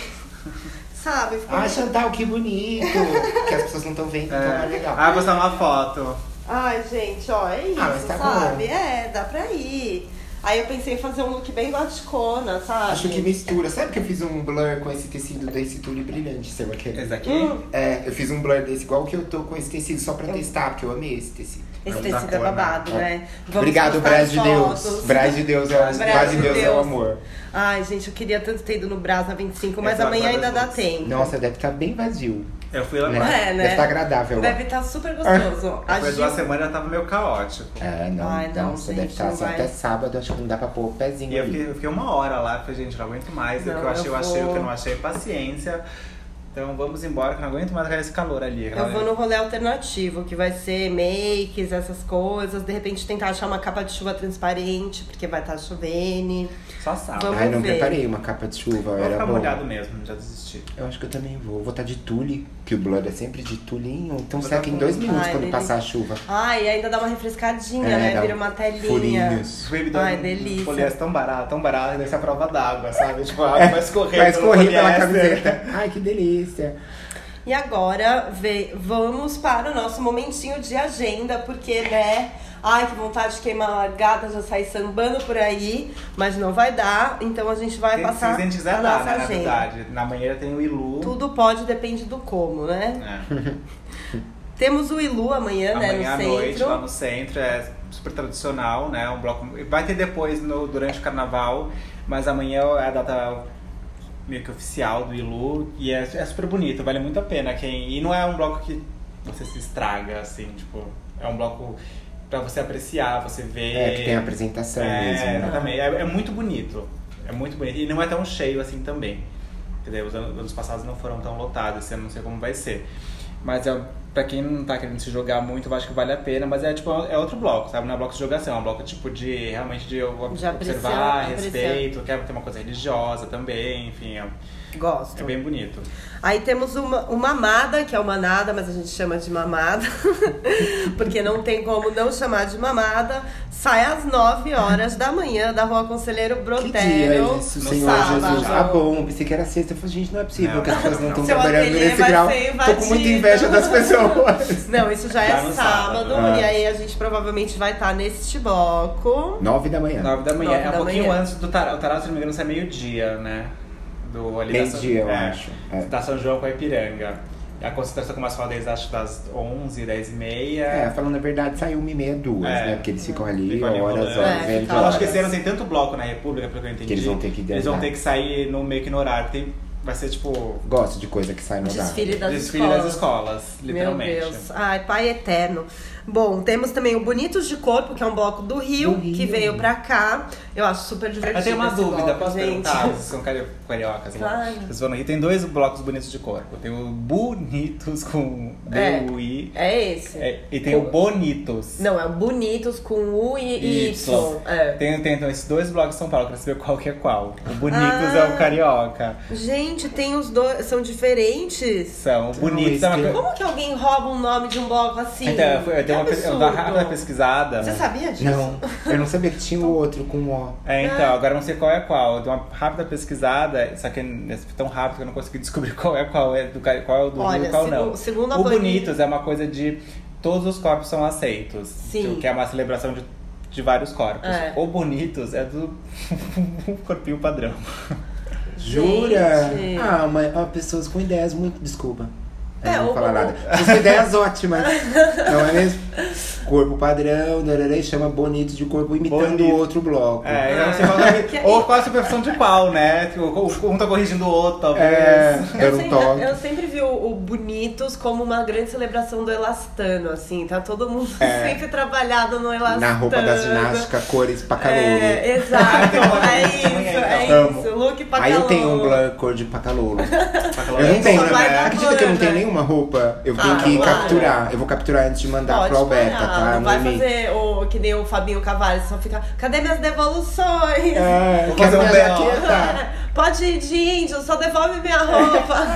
A: Sabe?
C: Chantal, que bonito. Que as pessoas não estão vendo, então é legal.
B: Vou postar uma foto.
A: Ai, gente, é isso,
C: mas tá
A: sabe?
C: Bom.
A: Dá pra ir. Aí eu pensei em fazer um look bem goticona, sabe?
C: Acho que mistura. Sabe que eu fiz um blur com esse tecido desse tule brilhante, seu aquele?
B: Esse aqui?
C: Eu fiz um blur desse igual que eu tô com esse tecido, só pra testar, porque eu amei esse tecido.
A: Esse tecido é babado, né?
C: Obrigado, Brás de Deus. Brás de Deus é o amor.
A: Ai, gente, eu queria tanto ter ido no Brasa 25, mas amanhã ainda dá tempo.
C: Nossa, deve estar bem vazio.
B: Eu fui lá,
A: né?
C: Deve estar agradável.
A: Deve estar super gostoso.
B: Depois de 2 semanas já tava meio caótico.
C: Nossa, deve estar assim, até sábado, acho que não dá pra pôr o pezinho.
B: E eu fiquei 1 hora lá, falei, gente, não aguento mais. Eu achei, o que eu não achei, paciência. Então vamos embora, que eu não aguento mais esse calor ali.
A: Eu vou no rolê alternativo, que vai ser makes, essas coisas. De repente tentar achar uma capa de chuva transparente, porque vai estar chovendo.
B: Só sábado.
C: Não preparei uma capa de chuva,
B: vou
C: era
B: ficar
C: bom.
B: molhado mesmo, já desisti.
C: Eu acho que eu também vou. Vou estar de tule, que o blur é sempre de tulinho. Então seca em 2 minutos quando passar a chuva.
A: E ainda dá uma refrescadinha, né? Vira uma telinha.
C: Furinhos.
A: Delícia.
B: Poliéster tão barato, e daí você prova d'água, sabe? Tipo, a água vai escorrer.
C: Vai escorrer pela camiseta. Ai, que delícia.
A: E agora, vamos para o nosso momentinho de agenda, porque, né, ai, que vontade de queimar a largada, já sair sambando por aí, mas não vai dar, então a gente vai passar
B: se a gente quiser
A: a
B: dar,
A: nossa
B: né, na
A: agenda.
B: verdade. Na manhã tem o Ilu.
A: Tudo pode, depende do como, né? Temos o Ilu amanhã, né,
B: Amanhã
A: no
B: à
A: centro.
B: noite, lá no centro, é super tradicional, né? Um bloco. Vai ter depois durante o carnaval, mas amanhã é a data meio que oficial do Ilu e é super bonito, vale muito a pena. E não é um bloco que você se estraga, assim, tipo, é um bloco pra você apreciar, você ver.
C: Que tem apresentação mesmo. Né?
B: Exatamente. É muito bonito. É muito bonito. E não é tão cheio assim também. Entendeu? Os anos passados não foram tão lotados, eu não sei como vai ser. Mas pra quem não tá querendo se jogar muito, eu acho que vale a pena. Mas é tipo, é outro bloco, sabe? Não é bloco de jogação, é um bloco tipo de realmente de observar, respeito, quer ter uma coisa religiosa também, enfim.
A: Gosto.
B: É bem bonito.
A: Aí temos o Mamada, que é o Manada, mas a gente chama de Mamada. Porque não tem como não chamar de Mamada. Sai às 9 horas da manhã da Rua Conselheiro
C: Que
A: Brotello.
C: dia é esse,
A: no
C: Senhor
A: sábado.
C: Jesus? Ah, bom, pensei que era sexta. Eu falei, gente, não é possível que as pessoas não estão
A: Seu
C: trabalhando
A: ateliê
C: nesse
A: vai
C: grau.
A: ser
C: Tô com muita
A: invadido.
C: inveja das pessoas.
A: Não, isso já
B: Já
A: é
B: no
A: sábado.
B: sábado.
A: E aí a gente provavelmente vai estar neste bloco.
C: 9 da manhã.
B: 9 da manhã.
A: 9
B: É um
A: da
B: pouquinho
A: manhã.
B: antes do Tarau. O Tarau, se não me engano, sai meio-dia, né?
C: Meio-dia, eu acho.
B: Da São João com a Ipiranga. A concentração começa a falar desde acho das 11, 10h30.
C: Falando a verdade, saiu 1h30, 2, né? Porque eles ficam ali
B: Ficam ali
C: horas,
B: rolando.
C: vendo.
A: fica
B: Eu acho que esse
A: horas.
B: ano tem tanto bloco na República, pelo que eu entendi.
C: Que eles vão ter que
B: Eles vão
C: dar.
B: ter que sair meio que no horário. Vai ser tipo.
C: Gosto de coisa que sai no horário.
A: Desfile das
B: Desfile
A: escolas.
B: das escolas, literalmente.
A: Meu Deus. Ai, pai eterno. Bom, temos também o Bonitos de Corpo, que é um bloco do Rio, que veio pra cá. Eu acho super divertido.
B: Eu tenho uma
A: esse
B: dúvida,
A: bloco,
B: posso
A: gente.
B: perguntar? Vocês são cariocas,
A: Claro.
B: Vocês vão no Rio, tem 2 blocos bonitos de corpo. Tem o Bonitos com B-U-I.
A: É esse.
B: E tem o Bonitos.
A: Não, é o Bonitos com U e Y.
B: Tem então esses 2 blocos de São Paulo, eu quero saber qual que é qual. O Bonitos é o carioca.
A: Gente, tem os dois, são diferentes.
B: São o Bonitos é uma coisa.
A: Como que alguém rouba um nome de um bloco assim?
B: Então, eu dei
A: absurdo.
B: uma rápida pesquisada.
A: Você sabia disso?
C: Não, eu não sabia que tinha o outro com O.
B: Então, agora eu não sei qual é qual. Eu dei uma rápida pesquisada, só que é tão rápido que eu não consegui descobrir qual é qual é do
A: Olha,
B: Rio e qual não.
A: segundo a
B: O
A: Vani-
B: Bonitos é uma coisa de todos os corpos são aceitos.
A: Sim.
B: Que é uma celebração de vários corpos.
A: É.
B: O Bonitos é do corpinho padrão.
C: Jura?
A: Gente.
C: Pessoas com ideias muito. Desculpa. Eu
A: É,
C: não vou falar
A: o-
C: nada. Pessoas com ideias ótimas. Não é mesmo? Corpo padrão, e chama bonito de corpo imitando
B: Bonito.
C: o outro bloco.
B: Eu não sei ou qual é a superfeição de qual, né? Um tá corrigindo o outro, talvez.
C: Dando um toque.
A: Eu sempre vi o Bonitos como uma grande celebração do elastano, assim. Tá todo mundo sempre trabalhado no elastano.
C: Na roupa da ginástica, cores pacalolo.
A: Exato.
C: Amo.
A: Isso. Look pacalolo.
C: Aí eu tenho um cor de pacalolo. Eu não
B: É
C: tenho,
A: vai
C: né?
A: dar
C: Acredita que eu não tenho
A: banda.
C: nenhuma roupa? Eu tenho que
A: claro.
C: capturar. Eu vou capturar antes de mandar pro Alberta,
A: parar,
C: tá?
A: Não
C: No
A: vai
C: e-mail.
A: fazer que nem o Fabinho Cavalli, só fica, cadê minhas devoluções?
C: Eu
B: fazer
C: quero
B: um
C: minha
B: B.O.
C: jaqueta.
A: Pode ir de índio, só devolve minha roupa.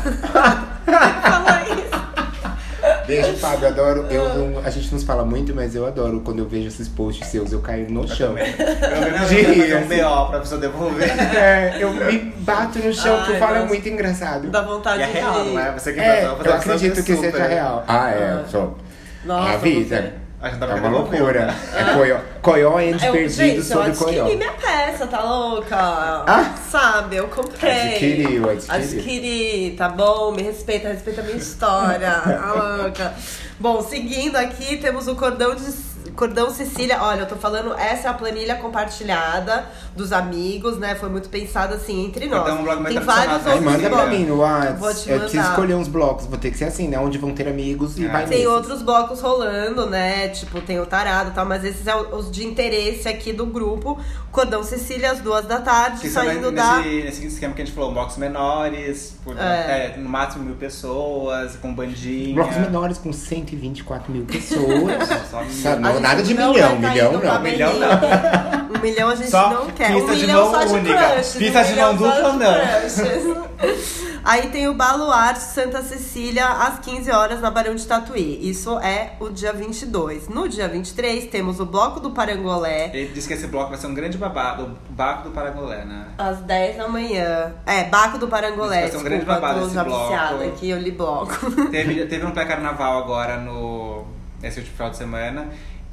A: Fala isso.
C: Beijo, Fábio. Adoro. A gente não se fala muito, mas eu adoro quando eu vejo esses posts seus. Eu caio no chão.
B: Eu
C: De rir,
B: fazer um BO pra pessoa devolver.
C: Eu me bato no chão, porque eu falo é
A: nossa.
C: muito engraçado.
A: Dá vontade
B: E é
A: de
B: real,
A: rir.
B: não é? Você que
C: Eu acredito que seja real.
A: Nossa,
C: É a vida.
B: A gente
C: É
B: tava
C: uma
B: querendo
C: loucura. É Coió e perdido
A: gente,
C: sobre
A: eu
C: Coió.
A: adquiri minha peça, tá louca? Sabe, eu comprei.
C: Adquiriu.
A: Adquiri, tá bom? Me respeita a minha história. Tá louca. Bom, seguindo aqui, temos o Cordão Cecília. Olha, eu tô falando, essa é a planilha compartilhada dos amigos, né? Foi muito pensada assim entre nós.
B: Cordão é um blog mais
A: Tem
B: tradicional,
A: vários
B: né?
C: Aí
A: outros
C: manda pra
A: blocos.
C: mim no
A: Vou
C: WhatsApp.
A: te
C: Eu preciso
A: mandar.
C: escolher uns blocos. Vou ter que ser assim, né? Onde vão ter amigos e vai
A: Tem
C: nesses.
A: outros blocos rolando, né? Tipo, tem o Tarado e tal, mas esses são os de interesse aqui do grupo. Cordão Cecília, às 2h,
B: Que são
A: saindo da.
B: nesse esquema que a gente falou, blocos menores, no máximo 1000 pessoas, com bandinha.
C: Blocos menores com 124 mil pessoas.
B: Só
C: Sabe,
A: A gente
C: nada de
A: não
C: milhão,
A: vai
C: milhão
A: cair no
C: não.
B: Milhão
A: cabelinho. 1 milhão a gente
B: Só
A: não quer.
B: pista
A: 1
B: de
A: milhão
B: mão
A: só de
B: única.
A: crushes.
B: Pista
A: 1
B: de
A: milhão
B: mão
A: só
B: dupla,
A: de
B: não.
A: crushes. Aí tem o Baluarte Santa Cecília, às 15h, na Barão de Tatuí. Isso é o dia 22. No dia 23, temos o Bloco do Parangolé.
B: Ele disse que esse bloco vai ser um grande babado, o Baco do Parangolé, né?
A: Às 10h. Baco do Parangolé.
B: Isso vai ser um grande
A: Desculpa,
B: babado
A: tô
B: esse
A: já
B: bloco.
A: viciada aqui, eu li bloco.
B: Teve um pré-carnaval agora nesse último final de semana.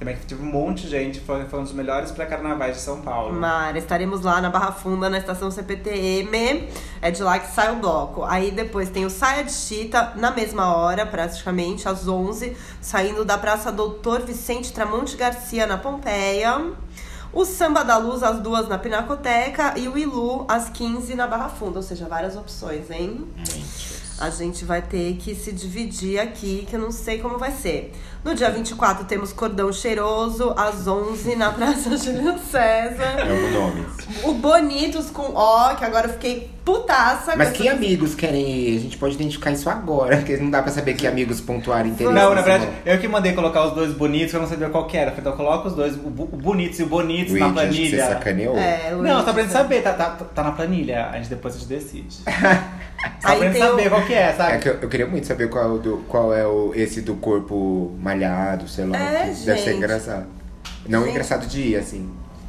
B: Também que teve um monte de gente, foi um dos melhores pré-carnavais de São Paulo.
A: Mara, estaremos lá na Barra Funda, na estação CPTM. É de lá que sai o bloco. Aí depois tem o Saia de Chita, na mesma hora, praticamente, às 11, saindo da Praça Doutor Vicente Tramonte Garcia, na Pompeia. O Samba da Luz, às 2, na Pinacoteca. E o Ilu, às 15, na Barra Funda. Ou seja, várias opções, hein? A gente vai ter que se dividir aqui, que eu não sei como vai ser. No dia 24 temos Cordão Cheiroso, às 11, na Praça Júlio César.
C: É o nome.
A: O Bonitos com O, que agora eu fiquei putaça.
C: Mas que amigos querem ir? A gente pode identificar isso agora, porque não dá pra saber que amigos pontuaram interesse.
B: Não, na verdade, eu que mandei colocar os dois bonitos, que eu não sabia qual que era. Então eu coloco os dois, o Bonitos e o Bonitos na planilha.
C: Você sacaneou?
B: Não, só pra gente saber, tá na planilha. Depois a gente decide. Só pra gente saber qual que é, sabe?
C: É que eu queria muito saber qual é esse do corpo malhado, sei lá.
A: Gente.
C: Deve ser engraçado. Não engraçado de ir, assim.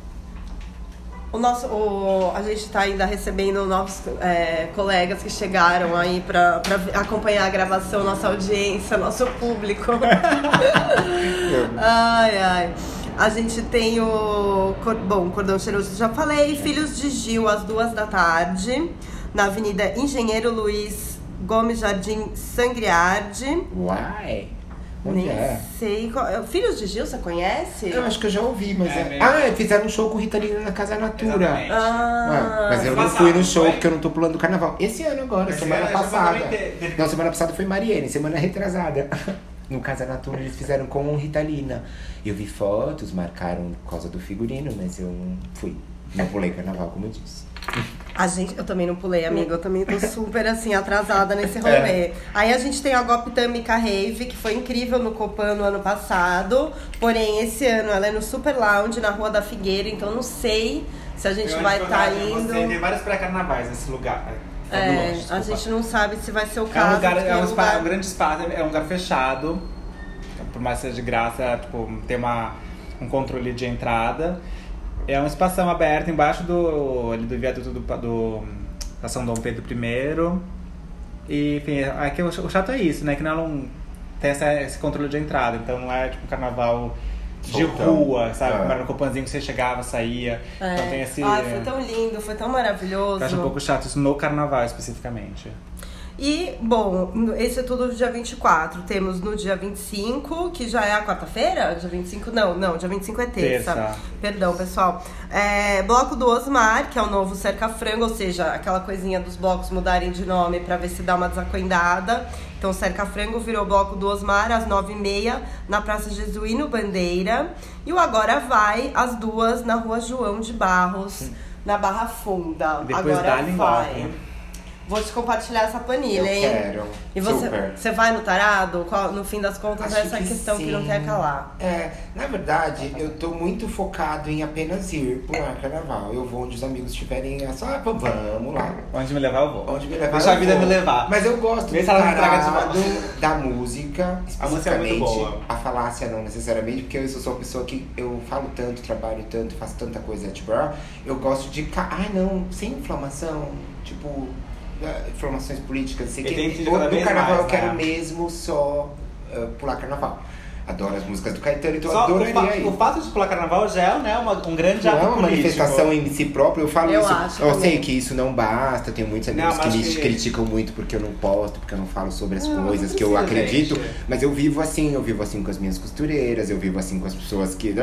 A: A gente tá ainda recebendo novos colegas que chegaram aí pra acompanhar a gravação, nossa audiência, nosso público. Ai. A gente tem o Cordão Cheiroso, já falei. Filhos de Gil, às 2 da tarde, na Avenida Engenheiro Luiz Gomes Jardim Sangriardi.
C: Uai! Onde
A: Nem
C: é?
A: sei. Filhos de Gil, você conhece?
C: Eu acho que eu já ouvi, mas
B: mesmo.
C: fizeram um show com Rita Lee na Casa Natura.
B: Exatamente.
C: Mas eu não fui no show porque eu não tô pulando o carnaval. Esse ano agora, semana passada. Não, semana passada foi Mariene, semana retrasada. No Casa Natura eles fizeram com Rita Lina. Eu vi fotos, marcaram por causa do figurino, mas eu não fui. Não pulei carnaval, como eu disse.
A: Eu também não pulei, amiga. Eu também tô super, assim, atrasada nesse rolê. Aí a gente tem a Goptâmica Rave, que foi incrível no Copan no ano passado. Porém, esse ano ela é no Super Lounge, na Rua da Figueira. Então, não sei se a gente vai estar indo.
B: Tem vários pré-carnavais nesse lugar.
A: A gente não sabe se vai ser o caso.
B: É um grande espaço, é um lugar fechado. Por mais que seja de graça, tipo, tem um controle de entrada. É um espação aberto embaixo do viaduto da São Dom Pedro I. E, enfim, aqui o chato é isso, né? Que não tem esse controle de entrada. Então não é tipo um carnaval de rua, sabe? Como era no Copanzinho que você chegava, saía. Então tem esse...
A: foi tão lindo, foi tão maravilhoso.
B: Eu acho um pouco chato isso no carnaval, especificamente.
A: E, bom, esse é tudo do dia 24. Temos no dia 25, que já é a quarta-feira? Dia 25? Não, dia 25 é terça. Perdão, pessoal. Bloco do Osmar, que é o novo Cerca Frango, ou seja, aquela coisinha dos blocos mudarem de nome pra ver se dá uma desacoindada. Então, Cerca Frango virou Bloco do Osmar, às 9h30, na Praça Jesuíno Bandeira. E o Agora Vai, às 2, na Rua João de Barros, na Barra Funda.
B: Depois
A: Agora
B: vai.
A: Vou te compartilhar essa planilha, hein?
C: Quero.
A: E você vai no tarado? No fim das contas, é essa questão que não quer calar.
C: Na verdade, eu tô muito focado em apenas ir pular carnaval. Eu vou onde os amigos estiverem vamos lá.
B: Onde me levar, eu vou.
C: Onde me levar,
B: deixa a vida me levar.
C: Mas eu gosto do tarado, da música, especificamente.
B: A música é muito boa.
C: A falácia não necessariamente, porque eu sou uma pessoa que eu falo tanto, trabalho tanto, faço tanta coisa, tipo, eu gosto de... sem inflamação, tipo... informações políticas, sei que no carnaval eu quero mesmo só pular carnaval. Adoro as músicas do Caetano, então eu adoraria ir.
B: O fato de pular carnaval já é, né, um grande ato político.
C: Não é uma manifestação em si própria, eu falo isso. Eu
A: também.
C: sei que isso não basta, tenho muitos amigos que me criticam muito porque eu não posto, porque eu não falo sobre as coisas que eu acredito. Gente. Mas eu vivo assim com as minhas costureiras, eu vivo assim com as pessoas que...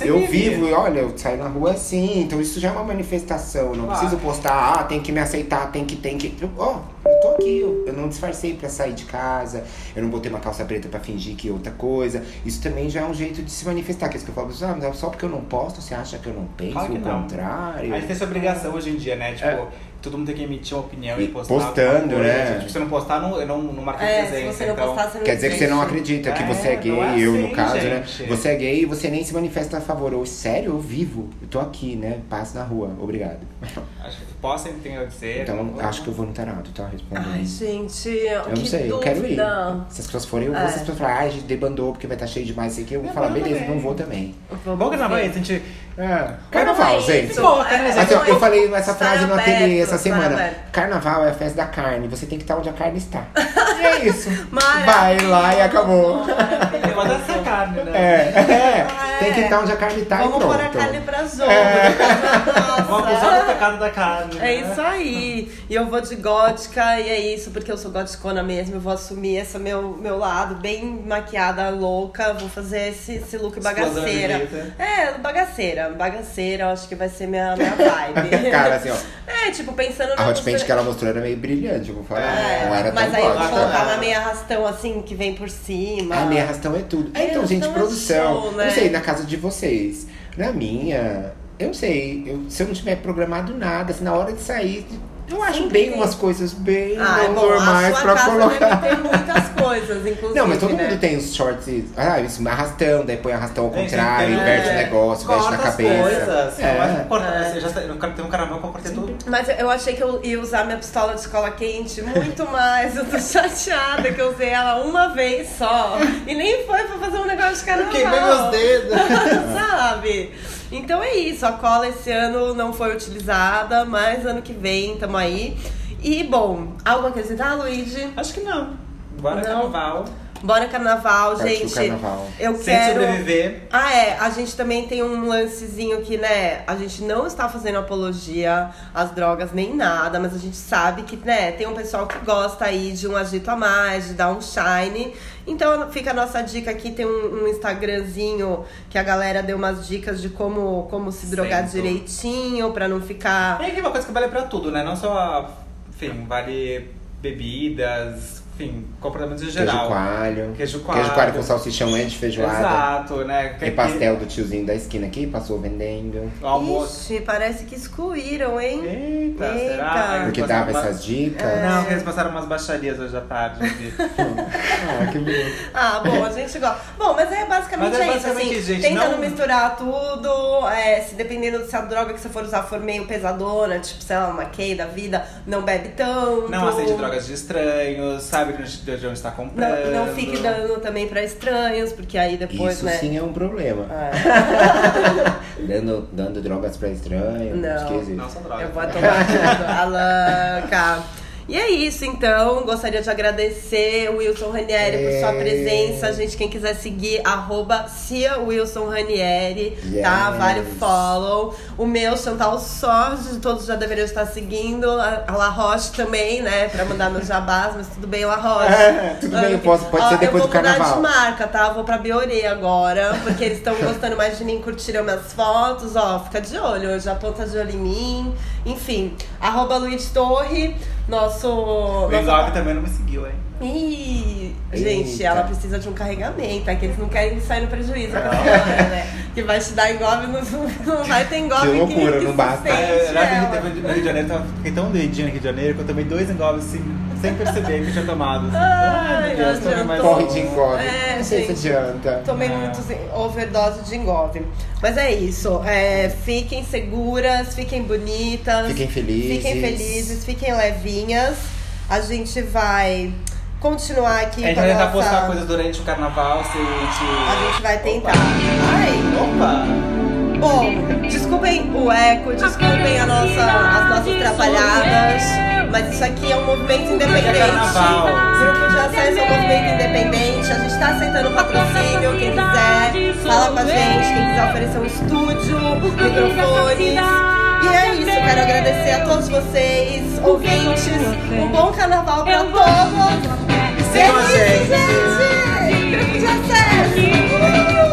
C: olha, eu saio na rua assim, então isso já é uma manifestação, não preciso postar, tem que me aceitar, tem que... eu tô aqui, eu não disfarcei pra sair de casa, eu não botei uma calça preta pra fingir que é outra coisa. Isso também já é um jeito de se manifestar, que é isso que eu falo pra vocês, só porque eu não posto, você acha que eu não penso, o contrário.
B: A gente tem essa obrigação hoje em dia, né? Tipo, todo mundo tem que emitir uma opinião e postar.
C: Postando, né?
B: Tipo, se você não postar, eu não marco presença.
A: Se você não postar, você não
C: quer dizer que você não acredita que você é gay, eu no caso,
B: gente.
C: né? Você é gay e você nem se manifesta a favor. Sério, eu vivo, eu tô aqui, né? Passo na rua, obrigado.
B: Acho que posso entender dizer.
C: Então, acho que eu vou no tarado, tá? Respondendo.
A: Ai, gente,
C: eu não sei, eu quero ir. Se as pessoas forem, eu vou. Se as pessoas falarem, a gente debandou porque vai estar cheio demais, sei que eu vou falar, beleza, não vou também.
B: Bom carnaval é isso, a gente...
C: Carnaval, gente. Eu falei essa frase no ateliê essa semana. Carnaval é a festa da carne, você tem que estar onde a carne está. E é isso. Vai lá e acabou.
B: Vai dar essa carne, né?
C: Tem que estar onde a carne tá e
A: Vamos
C: pronto.
A: pôr a carne pra jogo. Nossa.
B: Vamos acusar do pecado da carne.
A: É isso aí. E eu vou de gótica, e é isso, porque eu sou goticona mesmo. Eu vou assumir esse meu lado, bem maquiada, louca. Vou fazer esse look bagaceira. Bagaceira, eu acho que vai ser minha vibe.
C: Cara, assim, ó.
A: É, tipo, pensando
C: A hot paint que ela mostrou era meio brilhante, eu vou falar. Não era
A: mas
C: tão
A: aí eu vou
C: gótica.
A: colocar uma meia arrastão assim, que vem por cima.
C: A meia arrastão é tudo.
A: Meia
C: Então, gente,
A: arrastão é
C: produção.
A: show, né?
C: Não sei, na casa de vocês. Na minha, eu sei. Se eu não tiver programado nada, assim, na hora de sair, eu acho
A: Sempre
C: bem
A: tem.
C: umas coisas bem
A: Bom,
C: normais
A: a sua
C: pra
A: casa
C: colocar.
A: deve ter muitas coisas, inclusive.
C: Não, mas todo
A: né?
C: mundo tem os shorts. Isso, arrastão, daí põe arrastão ao
B: Tem,
C: contrário,
B: tem,
C: inverte o negócio, veste na
B: Corta as
C: cabeça.
B: coisas.
C: É.
B: Tem um carnaval que eu cortei tudo.
A: Mas eu achei que eu ia usar minha pistola de cola quente muito mais. Eu tô chateada que eu usei ela uma vez só. E nem foi pra fazer um negócio de carnaval.
B: Queimei meus dedos.
A: Sabe? Então é isso. A cola esse ano não foi utilizada, mas ano que vem tamo aí. E, bom, algo a acrescentar, Luigi?
B: Acho que não. Bora
A: Não.
B: carnaval.
A: Bora carnaval,
C: Partiu
A: gente.
C: carnaval.
A: Eu
B: Sem
A: quero...
B: sobreviver.
A: A gente também tem um lancezinho que, né, a gente não está fazendo apologia às drogas nem nada, mas a gente sabe que, né, tem um pessoal que gosta aí de um agito a mais, de dar um shine. Então fica a nossa dica aqui, tem um Instagramzinho que a galera deu umas dicas de como se drogar
B: Certo.
A: direitinho, pra não ficar...
B: É uma coisa que vale pra tudo, né? Não só, enfim, vale bebidas, enfim, comportamentos em geral.
C: Queijo coalho com salsichão e de feijoada.
B: Exato, né?
C: E pastel do tiozinho da esquina aqui, passou vendendo.
B: O almoço.
A: Ixi, parece que excluíram, hein?
B: Eita,
A: Eita.
B: será?
C: Porque dava essas dicas.
B: Não, que eles passaram umas baixarias hoje à tarde. eu vi.
C: Que bonito.
A: Bom, a gente gosta. Bom, mas é basicamente
B: Mas é
A: isso,
B: basicamente
A: assim,
B: isso, gente,
A: tentando
B: não-
A: misturar tudo, se dependendo se a droga que você for usar for meio pesadona, tipo, sei lá, uma K da vida, não bebe tanto.
B: Não aceite drogas de estranhos, sabe de onde está comprando.
A: Não fique dando também pra estranhos, porque aí depois,
C: Isso
A: né...
C: sim é um problema. Dando drogas pra estranho,
A: Não.
C: esquisito.
B: Não são drogas.
A: Eu vou tomar tudo, a louca. E é isso, então. Gostaria de agradecer o Wilson Ranieri por sua presença. Gente, quem quiser seguir, @CiaWilsonRanieri, tá?
C: Yes.
A: Vale o follow. O meu, Chantal Sorge, todos já deveriam estar seguindo. A La Roche também, né? Pra mandar meus jabás, mas tudo bem, La Roche.
C: Tudo bem, pode ser depois do carnaval.
A: Eu vou mudar de marca, tá? Eu vou pra Biorê agora, porque eles estão gostando mais de mim, curtiram minhas fotos, ó. Fica de olho, já aponta de olho em mim. Enfim, @Luiz Torre, nosso...
B: O Engove também não me seguiu, hein?
A: Ih, gente,
C: Eita.
A: ela precisa de um carregamento, é que eles não querem sair no prejuízo, né? Que vai te dar engove, não vai ter engove.
C: Que loucura,
A: que
C: não basta.
A: sustente ela.
B: No Rio de Janeiro, fiquei tão doidinho no Rio de Janeiro que eu tomei 2 engoves assim, sem perceber que eu tinha tomado. Assim.
A: Ai,
B: meu Deus,
A: não
B: tomei mais
A: adiantou.
C: Corre de engove.
A: É,
C: Não sei se
A: gente.
C: adianta.
A: Tomei muitos overdose de engove. Mas é isso. Fiquem seguras, fiquem bonitas.
C: Fiquem felizes.
A: Fiquem levinhas. A gente vai continuar aqui
B: A gente
A: com a
B: vai tentar
A: nossa...
B: postar coisas durante o carnaval, se
A: A gente vai tentar.
B: Opa.
A: Ai,
B: Opa!
A: bom, desculpem o eco, desculpem as nossas trapalhadas, mas isso aqui é um movimento independente.
B: É carnaval.
A: Grupo de acesso é um movimento independente. A gente tá aceitando patrocínio, quem quiser, fala com a gente, quem quiser oferecer um estúdio, microfones. E é isso, eu quero agradecer a todos vocês, ouvintes. Um bom carnaval pra todos.
B: Sigam a gente.
A: Grupo de acesso!